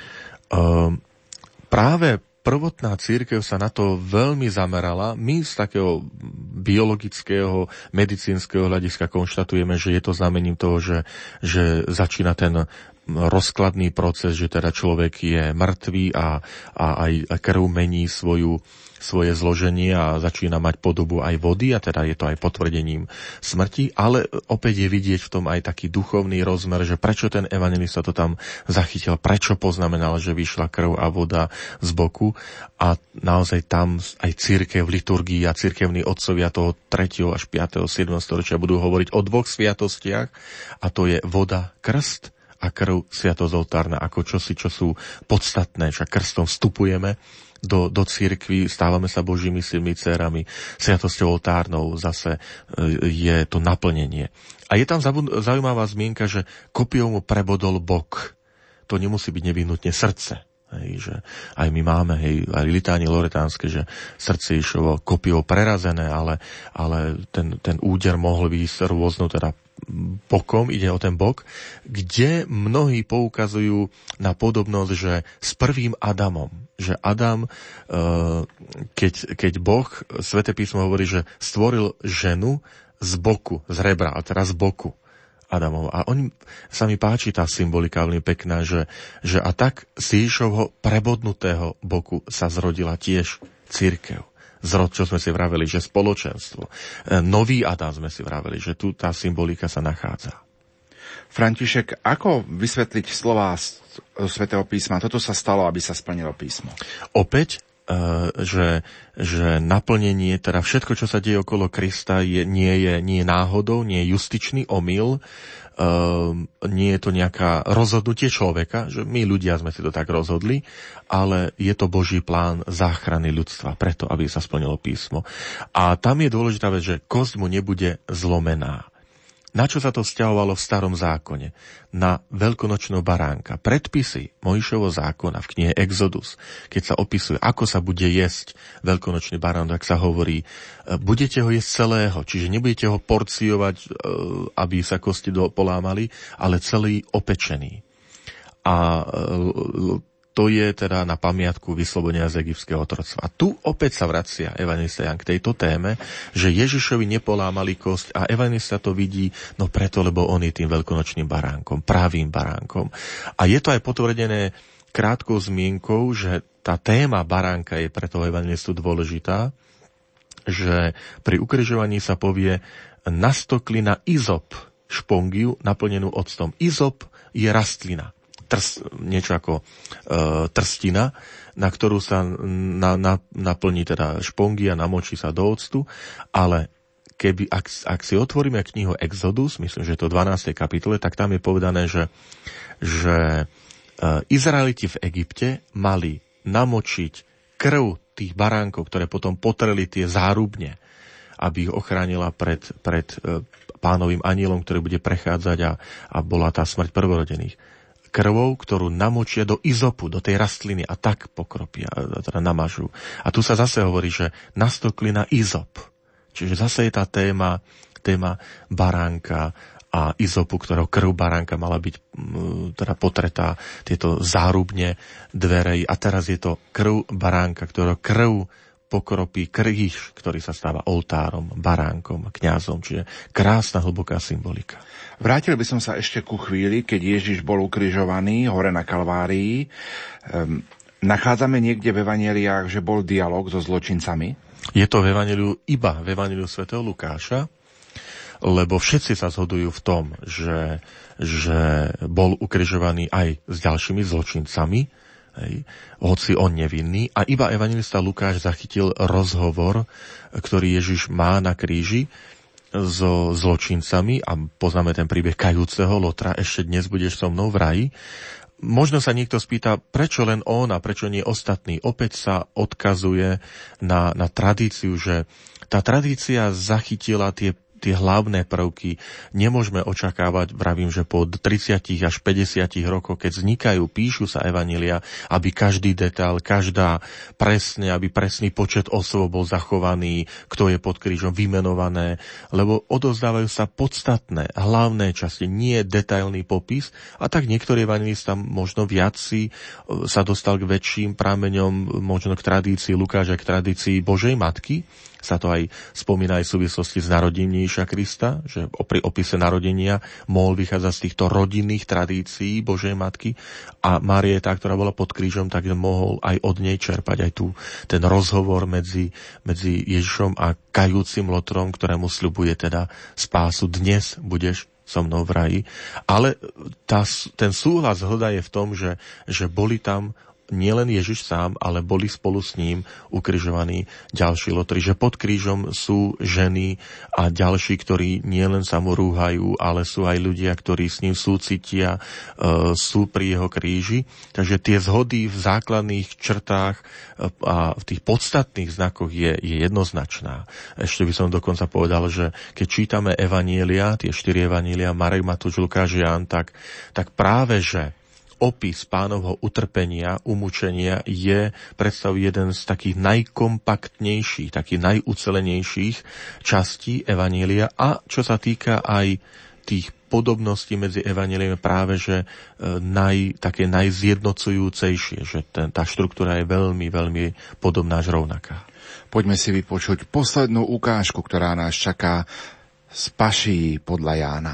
Práve prvotná cirkev sa na to veľmi zamerala. My z takého biologického, medicínskeho hľadiska konštatujeme, že je to znamením toho, že začína ten rozkladný proces, že teda človek je mŕtvý a aj krv mení svoje zloženie a začína mať podobu aj vody a teda je to aj potvrdením smrti, ale opäť je vidieť v tom aj taký duchovný rozmer, že prečo ten evanjelista to tam zachytil, prečo poznamenal, že vyšla krv a voda z boku a naozaj tam aj cirkev, liturgii a cirkevní otcovia toho 3. až 5. 7. storočia budú hovoriť o dvoch sviatostiach a to je voda, krst a krv, sviatosť oltárna, ako čosi, čo sú podstatné. Však krstom vstupujeme do cirkvi, stávame sa Božími synmi, dcérami. Sviatosťou oltárnou zase je to naplnenie. A je tam zaujímavá zmienka, že kopiou mu prebodol bok. To nemusí byť nevyhnutne srdce. Hej, že aj my máme, aj litánie loretánske, že srdce išlo kopiou prerazené, ale ten úder mohol byť rôznou teda bokom, ide o ten bok, kde mnohí poukazujú na podobnosť, že s prvým Adamom, že Adam, keď Boh, Sväté písmo hovorí, že stvoril ženu z boku, z rebra, a teraz z boku Adamov. A sa mi páči tá symbolika veľmi pekná, že a tak z Ježišovho prebodnutého boku sa zrodila tiež cirkev. Zrod, čo sme si vraveli, že spoločenstvo. Nový Adam sme si vraveli, že tu tá symbolika sa nachádza. František, ako vysvetliť slová Svätého písma? Toto sa stalo, aby sa splnilo písmo. Opäť, že naplnenie, teda všetko, čo sa deje okolo Krista, nie je náhodou, nie je justičný omyl, nie je to nejaká rozhodnutie človeka, že my ľudia sme si to tak rozhodli, ale je to Boží plán záchrany ľudstva, preto, aby sa splnilo písmo. A tam je dôležitá vec, že kosť mu nebude zlomená. Na čo sa to vzťahovalo v starom zákone? Na veľkonočného baránka. Predpisy Mojžišovho zákona v knihe Exodus, keď sa opisuje, ako sa bude jesť veľkonočný barán, tak sa hovorí, budete ho jesť celého, čiže nebudete ho porciovať, aby sa kosti polámali, ale celý opečený. A to je teda na pamiatku vyslobodenia z egyptského otroctva. A tu opäť sa vracia evanjelista Ján k tejto téme, že Ježišovi nepolámali kosť a evanjelista to vidí, no preto, lebo on je tým veľkonočným baránkom, pravým baránkom. A je to aj potvrdené krátkou zmienkou, že tá téma baránka je pre toho evanjelistu dôležitá, že pri ukrižovaní sa povie nastokli na izop špongiu naplnenú octom. Izop je rastlina. Niečo ako trstina, na ktorú sa naplní teda špongy a namočí sa do octu, ale ak si otvoríme knihu Exodus, myslím, že je to 12. kapitole, tak tam je povedané, že Izraeliti v Egypte mali namočiť krv tých baránkov, ktoré potom potreli tie zárubne, aby ich ochránila pred pánovým anielom, ktorý bude prechádzať a bola tá smrť prvorodených. Krvou, ktorú namočia do izopu, do tej rastliny a tak pokropia, teda namažú. A tu sa zase hovorí, že nastokli na izop. Čiže zase je tá téma baránka a izopu, ktorého krv baránka mala byť teda potretá, tieto zárubne dverej. A teraz je to krv baránka, ktorého krv pokropí kríž, ktorý sa stáva oltárom, baránkom, kňazom. Čiže krásna, hlboká symbolika. Vrátil by som sa ešte ku chvíli, keď Ježiš bol ukrižovaný hore na Kalvárii. Nachádzame niekde v evanjeliách, že bol dialog so zločincami? Je to iba v evanjeliu svätého Lukáša, lebo všetci sa zhodujú v tom, že bol ukrižovaný aj s ďalšími zločincami, hoci on nevinný, a iba evanjelista Lukáš zachytil rozhovor, ktorý Ježiš má na kríži so zločincami, a poznáme ten príbeh kajúceho Lotra, ešte dnes budeš so mnou v raji. Možno sa niekto spýta, prečo len on a prečo nie ostatní. Opäť sa odkazuje na tradíciu, že tá tradícia zachytila tie hlavné prvky. Nemôžeme očakávať, vravím, že po 30 až 50 rokoch, keď vznikajú, píšu sa evanjelia, aby každý detail, aby presný počet osôb bol zachovaný, kto je pod krížom, vymenované, lebo odovzdávajú sa podstatné, hlavné časti, nie detailný popis, a tak niektorý evanjelista možno viac sa dostal k väčším prameňom, možno k tradícii Lukáša, k tradícii Božej Matky. Sa to aj spomína aj v súvislosti s narodením Ježiša Krista, že pri opise narodenia mohol vychádzať z týchto rodinných tradícií Božej Matky, a Mária je tá, ktorá bola pod krížom, tak mohol aj od nej čerpať aj ten rozhovor medzi Ježišom a kajúcim Lotrom, ktorému sľubuje teda spásu. Dnes budeš so mnou v raji. Ale ten súhlas hľada je v tom, že boli tam nielen Ježiš sám, ale boli spolu s ním ukrižovaní ďalší Lotri, že pod krížom sú ženy a ďalší, ktorí nielen sa mu rúhajú, ale sú aj ľudia, ktorí s ním súcitia, sú pri jeho kríži. Takže tie zhody v základných črtách a v tých podstatných znakoch je jednoznačná. Ešte by som dokonca povedal, že keď čítame evanjelia, tie 4 evanjelia, Marek, Matúš, Lukáš, Ján, tak práve že opis Pánovho utrpenia, umučenia predstavuje jeden z takých najkompaktnejších, takých najucelenejších častí evanjelia, a čo sa týka aj tých podobností medzi evanjeliami, práve že také najzjednocujúcejšie, že tá štruktúra je veľmi, veľmi podobná až rovnaká. Poďme si vypočuť poslednú ukážku, ktorá nás čaká z Paší podľa Jána.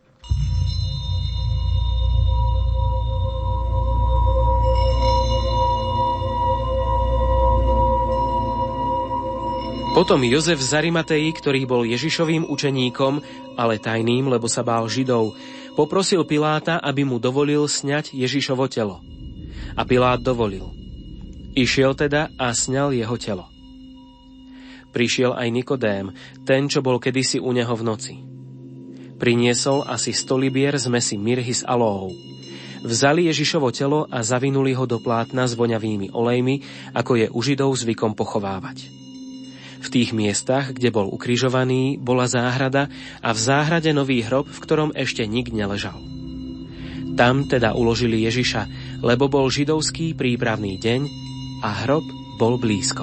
Potom Jozef z Arimateji, ktorý bol Ježišovým učeníkom, ale tajným, lebo sa bál Židov, poprosil Piláta, aby mu dovolil sňať Ježišovo telo. A Pilát dovolil. Išiel teda a sňal jeho telo. Prišiel aj Nikodém, ten, čo bol kedysi u neho v noci. Priniesol asi 100 libier zmesi mirhy s alóou. Vzali Ježišovo telo a zavinuli ho do plátna s voňavými olejmi, ako je u Židov zvykom pochovávať. V tých miestach, kde bol ukrižovaný, bola záhrada a v záhrade nový hrob, v ktorom ešte nik neležal. Tam teda uložili Ježiša, lebo bol židovský prípravný deň a hrob bol blízko.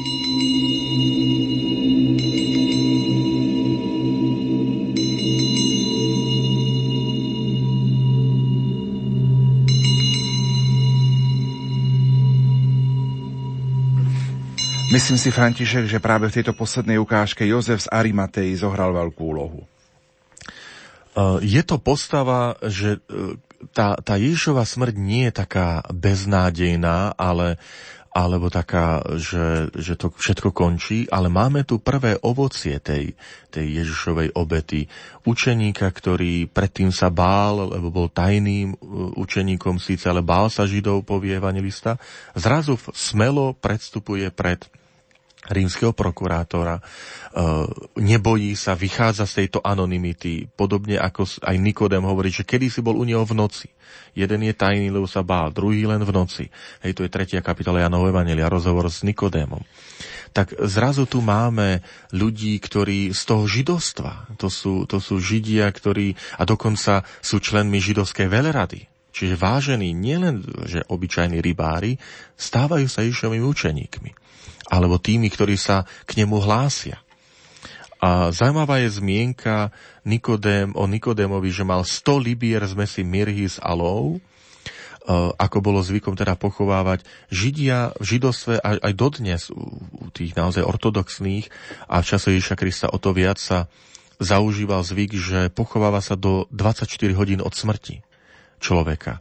Myslím si, František, že práve v tejto poslednej ukážke Jozef z Arimatei zohral veľkú úlohu. Je to postava, že tá Ježišova smrť nie je taká beznádejná, alebo taká, že to všetko končí, ale máme tu prvé ovocie tej Ježišovej obety. Učeníka, ktorý predtým sa bál, lebo bol tajným učeníkom síce, ale bál sa Židov, povie evanjelista, zrazu smelo predstupuje pred rímskeho prokurátora, nebojí sa, vychádza z tejto anonymity, podobne ako aj Nikodém hovorí, že kedysi bol u neho v noci. Jeden je tajný, lebo sa bál, druhý len v noci. Hej, to je 3. kapitola Jánovho evanjelia, rozhovor s Nikodémom. Tak zrazu tu máme ľudí, ktorí z toho židovstva, to sú Židia, ktorí a dokonca sú členmi židovskej velerady. Čiže vážení nielen, že obyčajní rybári, stávajú sa Ježišovými učeníkmi, alebo tými, ktorí sa k nemu hlásia. A zaujímavá je zmienka o Nikodémovi, že mal 100 libier zmesi mirhy s alou, ako bolo zvykom teda pochovávať Židia v židovstve aj dodnes, u tých naozaj ortodoxných, a v čase Ježiša Krista o to viac sa zaužíval zvyk, že pochováva sa do 24 hodín od smrti človeka.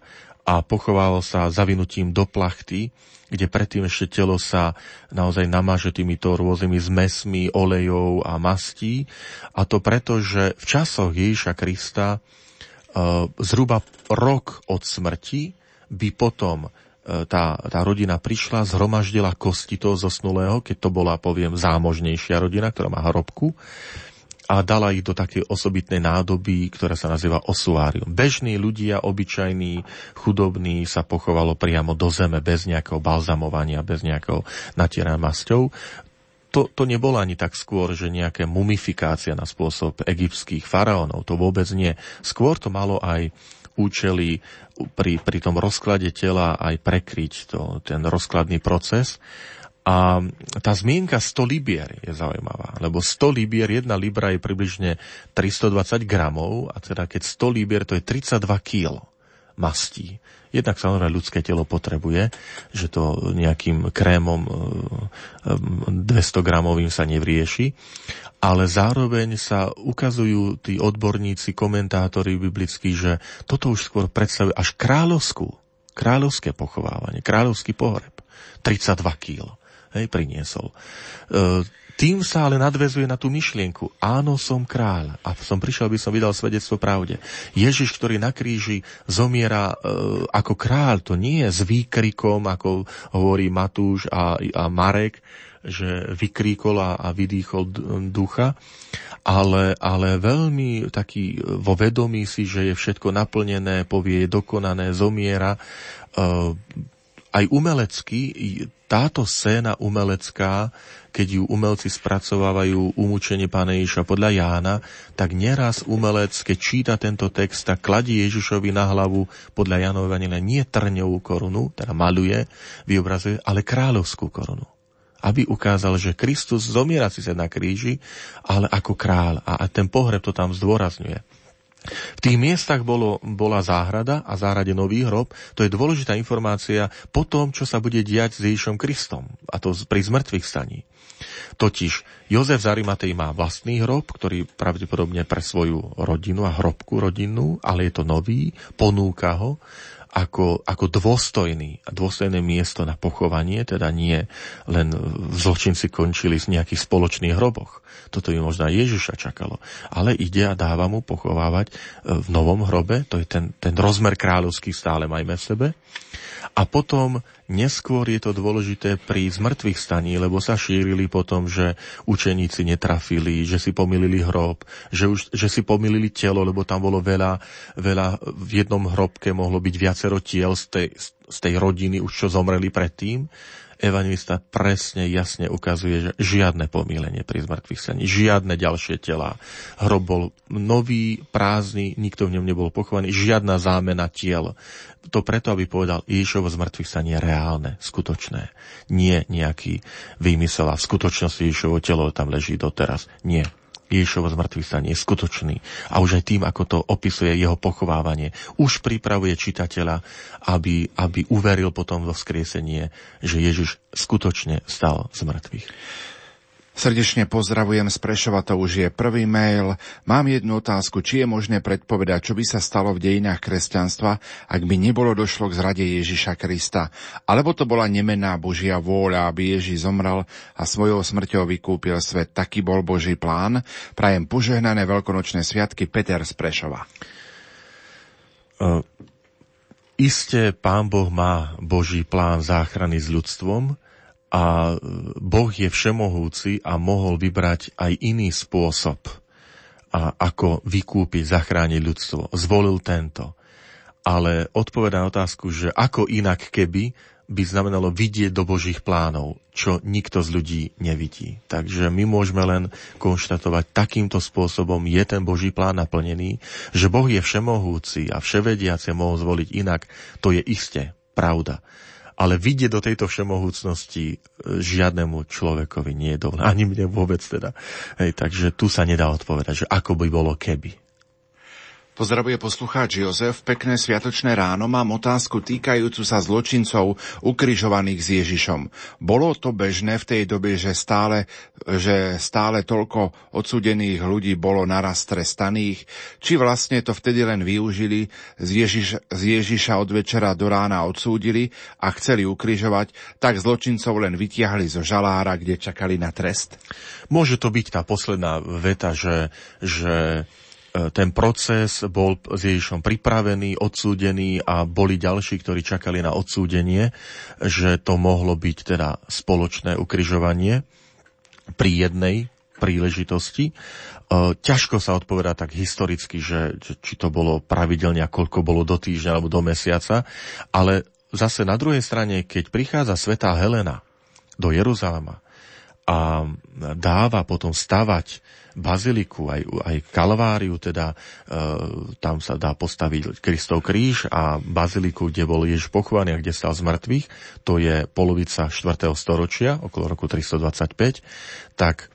a pochovával sa zavinutím do plachty, kde predtým ešte telo sa naozaj namáže týmito rôznymi zmesmi, olejov a mastí. A to preto, že v časoch Ježiša Krista zhruba rok od smrti by potom tá rodina prišla, zhromaždila kosti toho zosnulého, keď to bola, poviem, zámožnejšia rodina, ktorá má hrobku, a dala ich do takej osobitnej nádoby, ktorá sa nazýva osuárium. Bežní ľudia, obyčajní, chudobní, sa pochovalo priamo do zeme, bez nejakého balzamovania, bez nejakého natierania masťou. To nebolo ani tak skôr, že nejaká mumifikácia na spôsob egyptských faraónov. To vôbec nie. Skôr to malo aj účely pri tom rozklade tela aj prekryť ten rozkladný proces. A tá zmienka 100 libier je zaujímavá, lebo 100 libier, 1 libra je približne 320 gramov, a teda keď 100 libier, to je 32 kg mastí. Jednak samozrejme ľudské telo potrebuje, že to nejakým krémom 200 gramovým sa nevrieši, ale zároveň sa ukazujú tí odborníci, komentátori biblickí, že toto už skôr predstavuje až kráľovské pochovávanie, kráľovský pohreb. 32 kg. Priniesol. Tým sa ale nadväzuje na tú myšlienku. Áno, som kráľ a som prišiel, by som vydal svedectvo pravde. Ježiš, ktorý na kríži zomiera ako kráľ, to nie je s výkrikom, ako hovorí Matúš a Marek, že vykríkol a vydýchol ducha, ale veľmi taký vo vedomí si, že je všetko naplnené, povie, je dokonané, zomiera. Aj umelecky, táto scéna umelecká, keď ju umelci spracovávajú umúčenie Pána Ježiša podľa Jána, tak neraz umelec, keď číta tento text, tak kladí Ježišovi na hlavu podľa Jánovho evanjelia nie trňovú korunu, teda maluje, vyobrazuje, ale kráľovskú korunu. Aby ukázal, že Kristus zomiera síce na kríži, ale ako kráľ. A ten pohreb to tam zdôrazňuje. V tých miestach bola záhrada a záhrade nový hrob. To je dôležitá informácia po tom, čo sa bude diať s Ježišom Kristom, a to pri zmrtvých staní. Totiž Jozef z Arimatej má vlastný hrob, ktorý pravdepodobne pre svoju rodinu a hrobku rodinnú, ale je to nový, ponúka ho ako dôstojné miesto na pochovanie, teda nie len zločinci končili v nejakých spoločných hroboch. Toto by možno Ježiša čakalo. Ale ide a dáva mu pochovávať v novom hrobe, to je ten rozmer kráľovský, stále majme v sebe. A potom neskôr je to dôležité pri zmrtvých staní, lebo sa šírili potom, že učeníci netrafili, že si pomýlili hrob, že si pomýlili telo, lebo tam bolo veľa, v jednom hrobke mohlo byť viacero tiel z tej rodiny, už čo zomreli predtým. Evanjelista presne, jasne ukazuje, že žiadne pomýlenie pri zmrtvých staní, žiadne ďalšie telá. Hrob bol nový, prázdny, nikto v ňom nebol pochovaný, žiadna zámena tiel. To preto, aby povedal, Ježišovo zmrtvých staní je reálne, skutočné. Nie nejaký výmysel a v skutočnosti Ježišovo telo tam leží doteraz. Nie. Ježišovo zmrtvých staní je skutočný. A už aj tým, ako to opisuje jeho pochovávanie, už pripravuje čitateľa, aby uveril potom vo vzkriesenie, že Ježiš skutočne stal z mŕtvych. Srdečne pozdravujem z Prešova, to už je prvý mail. Mám jednu otázku, či je možné predpovedať, čo by sa stalo v dejinách kresťanstva, ak by nebolo došlo k zrade Ježiša Krista, alebo to bola nemenná Božia vôľa, aby Ježiš zomrel a svojou smrťou vykúpil svet. Taký bol Boží plán. Prajem požehnané veľkonočné sviatky. Peter z Prešova. Isté, Pán Boh má Boží plán záchrany s ľudstvom, a Boh je všemohúci a mohol vybrať aj iný spôsob, ako vykúpiť, zachrániť ľudstvo. Zvolil tento. Ale odpovedá na otázku, že ako inak keby, by znamenalo vidieť do Božích plánov, čo nikto z ľudí nevidí. Takže my môžeme len konštatovať, takýmto spôsobom je ten Boží plán naplnený, že Boh je všemohúci a vševediaci mohol zvoliť inak, to je isté pravda. Ale vidieť do tejto všemohúcnosti žiadnemu človekovi nie je dovolené. Ani mne vôbec teda. Takže tu sa nedá odpovedať, že ako by bolo keby. Pozdravuje poslucháč Jozef. Pekné sviatočné ráno. Mám otázku týkajúcu sa zločincov ukrižovaných s Ježišom. Bolo to bežné v tej dobe, že stále toľko odsúdených ľudí bolo naraz trestaných? Či vlastne to vtedy len využili, z Ježiša od večera do rána odsúdili a chceli ukrižovať, tak zločincov len vytiahli zo žalára, kde čakali na trest? Môže to byť tá posledná veta, že ten proces bol s Ježišom pripravený, odsúdený a boli ďalší, ktorí čakali na odsúdenie, že to mohlo byť teda spoločné ukrižovanie pri jednej príležitosti. Ťažko sa odpovedá tak historicky, že či to bolo pravidelne a koľko bolo do týždňa alebo do mesiaca, ale zase na druhej strane, keď prichádza svätá Helena do Jeruzalema a dáva potom stavať baziliku, aj Kalváriu, teda tam sa dá postaviť Kristov kríž a baziliku, kde bol Ježiš pochovaný a kde stal z mŕtvych, to je polovica 4. storočia, okolo roku 325, tak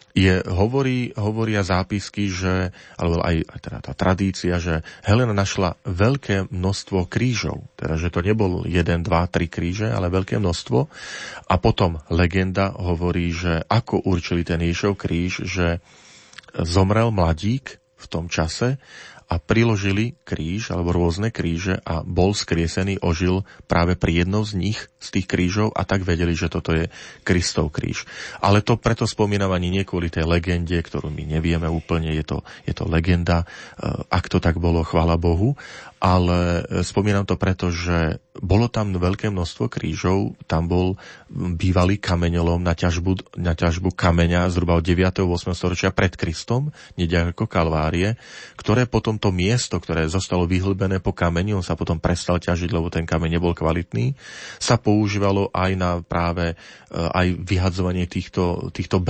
hovoria zápisky, že, alebo aj teda tá tradícia, že Helena našla veľké množstvo krížov, teda že to nebol 1, 2, 3 kríže, ale veľké množstvo. A potom legenda hovorí, že ako určili ten Ježišov kríž, že zomrel mladík v tom čase a priložili kríž alebo rôzne kríže a bol skriesený, ožil práve pri jednou z nich, z tých krížov, a tak vedeli, že toto je Kristov kríž. Ale to preto spomínam ani nie kvôli tej legende, ktorú my nevieme úplne, je to legenda, ak to tak bolo, chvála Bohu, ale spomínam to preto, že bolo tam veľké množstvo krížov, tam bol bývalý kameňolom na ťažbu kameňa zhruba od 9. 8. storočia pred Kristom, neďaleko Kalvárie, ktoré potom to miesto, ktoré zostalo vyhlbené po kameni, on sa potom prestal ťažiť, lebo ten kameň nebol kvalitný, sa používalo aj na práve aj vyhadzovanie týchto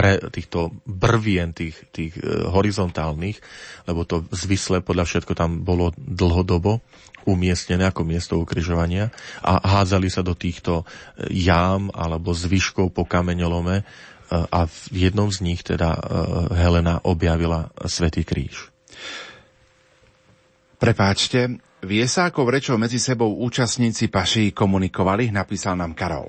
brvien, tých horizontálnych, lebo to zvisle podľa všetko tam bolo dlhodobo umiestnené ako miesto ukrižovania a hádzali sa do týchto jám alebo zvyškov po kameňolome a v jednom z nich teda Helena objavila Svätý kríž. Prepáčte, vie sa, ako rečou medzi sebou účastníci paší komunikovali? Napísal nám Karol.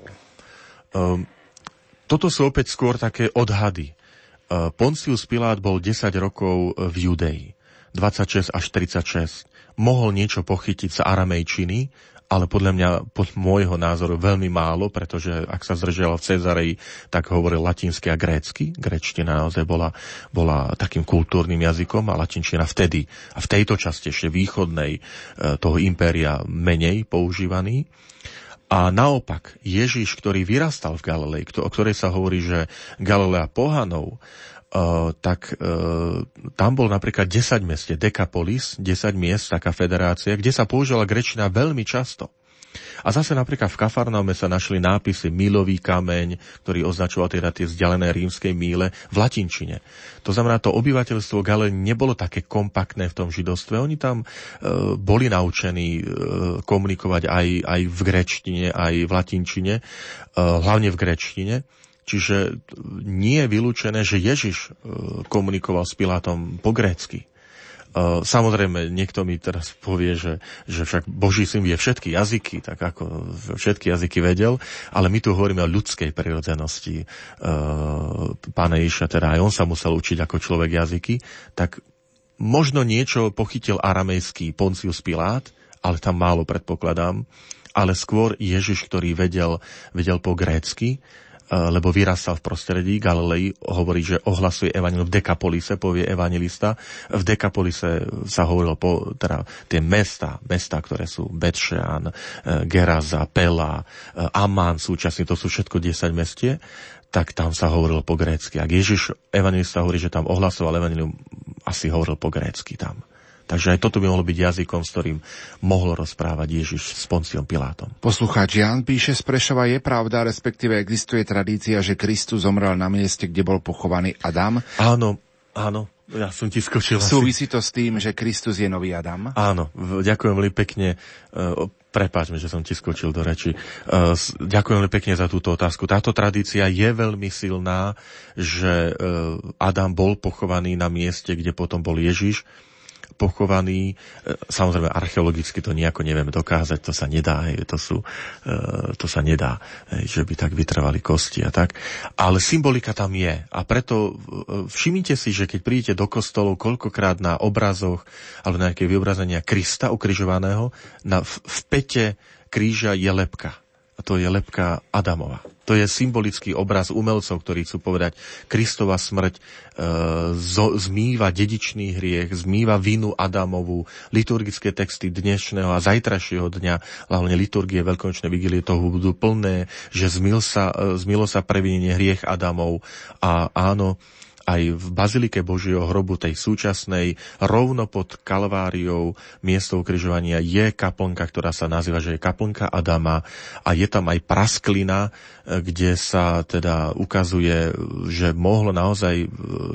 Toto sú opäť skôr také odhady. Poncius Pilát bol 10 rokov v Judei, 26 až 36. Mohol niečo pochytiť z aramejčiny, ale podľa môjho názoru veľmi málo, pretože ak sa zdržial v Cezareji, tak hovoril latinsky a grécky. Gréčtina naozaj bola takým kultúrnym jazykom a latinčina vtedy a v tejto časti ešte východnej toho impéria menej používaný. A naopak, Ježiš, ktorý vyrastal v Galilei, o ktorej sa hovorí, že Galilea pohanov, tam bol napríklad 10 miest, Dekapolis, 10 miest, taká federácia, kde sa používala gréčtina veľmi často. A zase napríklad v Kafarnaume sa našli nápisy Milový kameň, ktorý označoval teda tie vzdialené rímskej míle v latinčine. To znamená, to obyvateľstvo Galilei nebolo také kompaktné v tom židovstve. Oni tam boli naučení komunikovať aj v gréčtine, aj v latinčine, hlavne v gréčtine. Čiže nie je vylúčené, že Ježiš komunikoval s Pilátom po grécky. Samozrejme, niekto mi teraz povie, že však Boží syn vie všetky jazyky, tak ako všetky jazyky vedel, ale my tu hovoríme o ľudskej prirodzenosti Pána Ježiša, teda aj on sa musel učiť ako človek jazyky, tak možno niečo pochytil aramejský Poncius Pilát, ale tam málo predpokladám, ale skôr Ježiš, ktorý vedel po grécky, lebo vyrastal v prostredí Galilei, hovorí, že ohlasuje evanjelium v Dekapolise, povie evanjelista. V Dekapolise sa hovorilo teda tie mesta, ktoré sú Betšean, Geraza, Pela, Amán súčasne, to sú všetko 10 mestie, tak tam sa hovorilo po grécky. Ak Ježiš, evanjelista, hovorí, že tam ohlasoval evanjelium, asi hovoril po grécky tam. Takže aj toto by mohlo byť jazykom, s ktorým mohol rozprávať Ježiš s Ponciom Pilátom. Poslucháč Jan píše z Prešova, je pravda, respektíve existuje tradícia, že Kristus zomrel na mieste, kde bol pochovaný Adam? Áno, ja som ti skočil. Súvisí to s tým, že Kristus je nový Adam? Áno, ďakujem veľmi pekne. Prepáč mi, že som ti skočil do reči. Ďakujem veľmi pekne za túto otázku. Táto tradícia je veľmi silná, že Adam bol pochovaný na mieste, kde potom bol Ježiš. pochovaní. Samozrejme, archeologicky to nejako nevieme dokázať, to sa nedá, to sa nedá, že by tak vytrvali kosti a tak. Ale symbolika tam je. A preto všimnite si, že keď prídete do kostolov, koľkokrát na obrazoch alebo na nejaké vyobrazenia Krista ukrižovaného, v pete kríža je lebka. A to je lebka Adamova. To je symbolický obraz umelcov, ktorí chcú povedať, Kristova smrť zmýva dedičný hriech, zmýva vinu Adamovu. Liturgické texty dnešného a zajtrajšieho dňa, hlavne liturgie veľkonočnej vigílie, toho budú plné, že zmýlo sa previnenie hriech Adamov. A áno, aj v Bazilike Božieho hrobu, tej súčasnej, rovno pod Kalváriou, miesto ukrižovania, je kaplnka, ktorá sa nazýva, že je kaplnka Adama, a je tam aj prasklina, kde sa teda ukazuje, že mohlo naozaj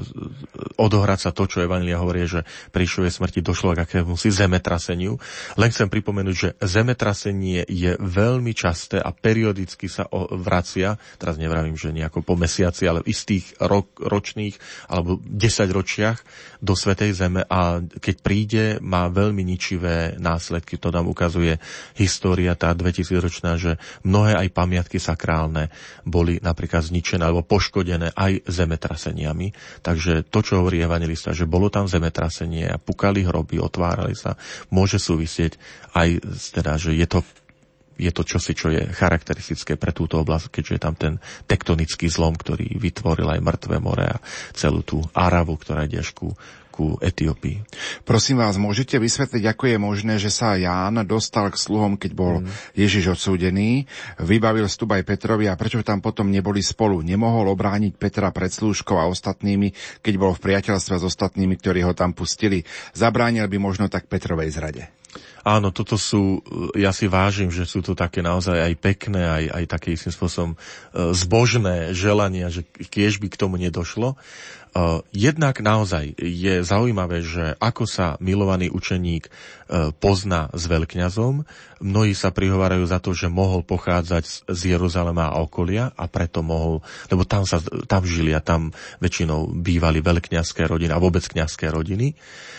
odohrať sa to, čo Evanjelia hovorí, že pri Ježišovej smrti došlo k akémusi zemetraseniu. Len chcem pripomenúť, že zemetrasenie je veľmi časté a periodicky sa vracia, teraz nevravím, že nejako po mesiaci, ale v istých ročných alebo 10 ročiach do Svätej Zeme, a keď príde, má veľmi ničivé následky. To nám ukazuje história, tá 2000-ročná, že mnohé aj pamiatky sakrálne boli napríklad zničené alebo poškodené aj zemetraseniami. Takže to, čo hovorí evanjelista, že bolo tam zemetrasenie a pukali hroby, otvárali sa, môže súvisieť aj teda, že je to čosi, čo je charakteristické pre túto oblasť, keďže je tam ten tektonický zlom, ktorý vytvoril aj Mŕtve more a celú tú Aravu, ktorá ide až ku Etiópii. Prosím vás, môžete vysvetliť, ako je možné, že sa Ján dostal k sluhom, keď bol Ježiš odsúdený, vybavil vstup aj Petrovi, a prečo tam potom neboli spolu? Nemohol obrániť Petra pred slúžkou a ostatnými, keď bol v priateľstve s ostatnými, ktorí ho tam pustili? Zabránil by možno tak Petrovej zrade? Áno, toto sú, ja si vážim, že sú to také naozaj aj pekné, aj také istým spôsobom zbožné želania, že kiež by k tomu nedošlo. Jednak naozaj je zaujímavé, že ako sa milovaný učeník pozná s veľkňazom. Mnohí sa prihovárajú za to, že mohol pochádzať z Jeruzalema a okolia, a preto mohol, lebo tam žili a tam väčšinou bývali veľkňazské rodiny a vôbec kňazské rodiny.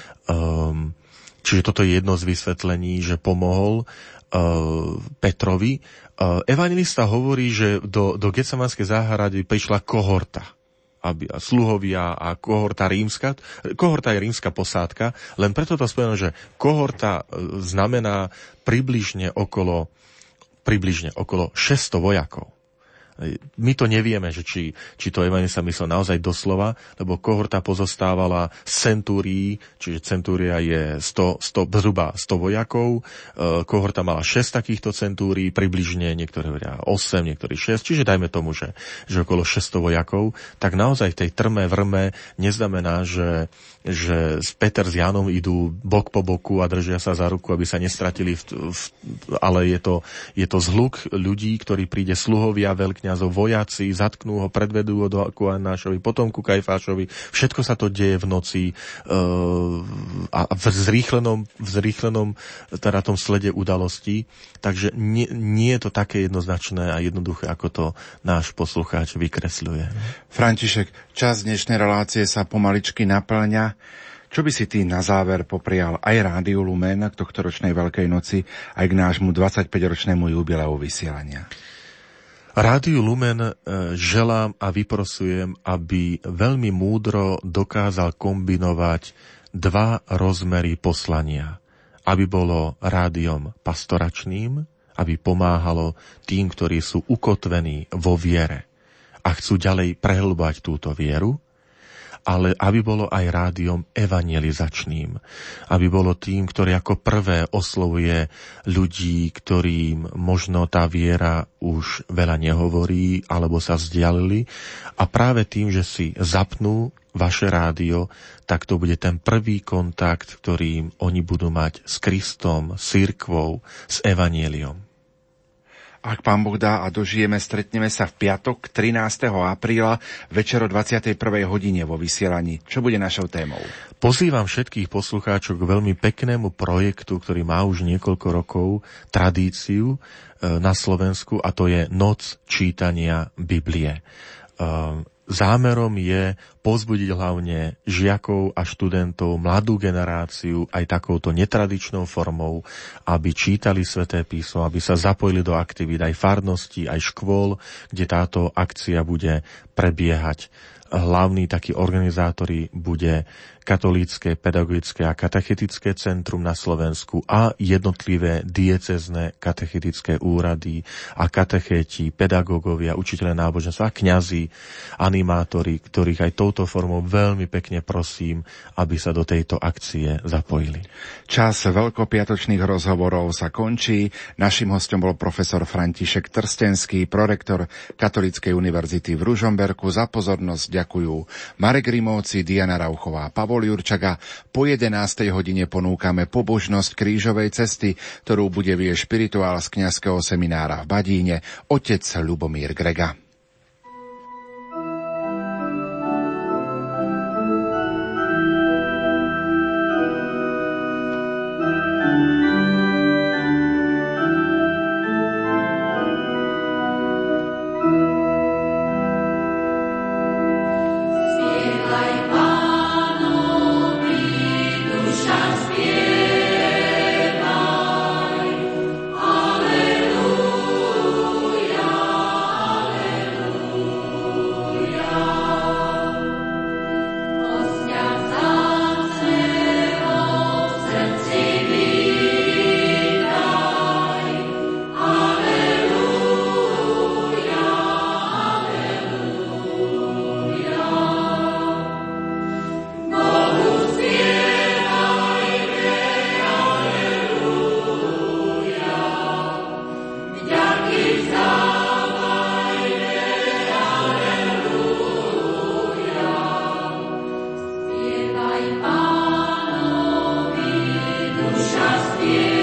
Čiže toto je jedno z vysvetlení, že pomohol Petrovi. Evanjelista hovorí, že do Getsemanskej záhrady prišla kohorta, sluhovia a kohorta rímska. Kohorta je rímska posádka, len preto to spomenujem, že kohorta znamená približne okolo 600 vojakov. My to nevieme, že či to evanjelista myslel naozaj doslova, lebo kohorta pozostávala z centúrií, čiže centúria je zhruba 100 vojakov, kohorta mala 6 takýchto centúrií, približne niektoré hovoria 8, niektorí 6, čiže dajme tomu, že okolo 600 vojakov, tak naozaj v tej trme vrme neznamená, že Peter s Jánom idú bok po boku a držia sa za ruku, aby sa nestratili, ale je to zhluk ľudí, ktorí príde sluhovia, veľkňazov, vojaci, zatknú ho, predvedú ho ku Anášovi, potom ku Kajfášovi. Všetko sa to deje v noci a v zrýchlenom teda tom slede udalostí. Takže nie je to také jednoznačné a jednoduché, ako to náš poslucháč vykresľuje. František, čas dnešnej relácie sa pomaličky naplňa. Čo by si ty na záver poprial aj Rádiu Lumen k tohtoročnej Veľkej noci, aj k nášmu 25-ročnému jubileu vysielania? Rádiu Lumen želám a vyprosujem, aby veľmi múdro dokázal kombinovať dva rozmery poslania. Aby bolo rádiom pastoračným, aby pomáhalo tým, ktorí sú ukotvení vo viere a chcú ďalej prehlbať túto vieru, ale aby bolo aj rádiom evangelizačným, aby bolo tým, ktorý ako prvé oslovuje ľudí, ktorým možno tá viera už veľa nehovorí, alebo sa vzdialili, a práve tým, že si zapnú vaše rádio, tak to bude ten prvý kontakt, ktorým oni budú mať s Kristom, s cirkvou, s evanjeliom. Ak Pán Boh dá a dožijeme, stretneme sa v piatok 13. apríla večer o 21. hodine vo vysielaní. Čo bude našou témou? Pozývam všetkých poslucháčov k veľmi peknému projektu, ktorý má už niekoľko rokov tradíciu na Slovensku, a to je Noc čítania Biblie. zámerom je povzbudiť hlavne žiakov a študentov, mladú generáciu aj takouto netradičnou formou, aby čítali Sväté písmo, aby sa zapojili do aktivít aj farností, aj škôl, kde táto akcia bude prebiehať. Hlavní takí organizátori bude Katolícke, pedagogické a katechetické centrum na Slovensku a jednotlivé diecézne katechetické úrady a katechéti, pedagógovia, učiteľe náboženstva a kňazi, animátori, ktorých aj touto formou veľmi pekne prosím, aby sa do tejto akcie zapojili. Čas veľkopiatočných rozhovorov sa končí. Naším hostom bol profesor František Trstenský, prorektor Katolíckej univerzity v Ružomberku. Za pozornosť ďakujú Marek Rimovci, Diana Rauchová, Pavol Jurčaga. Po 11. hodine ponúkame pobožnosť krížovej cesty, ktorú bude viesť špirituál z kňazského seminára v Badíne otec Ľubomír Grega. Yeah.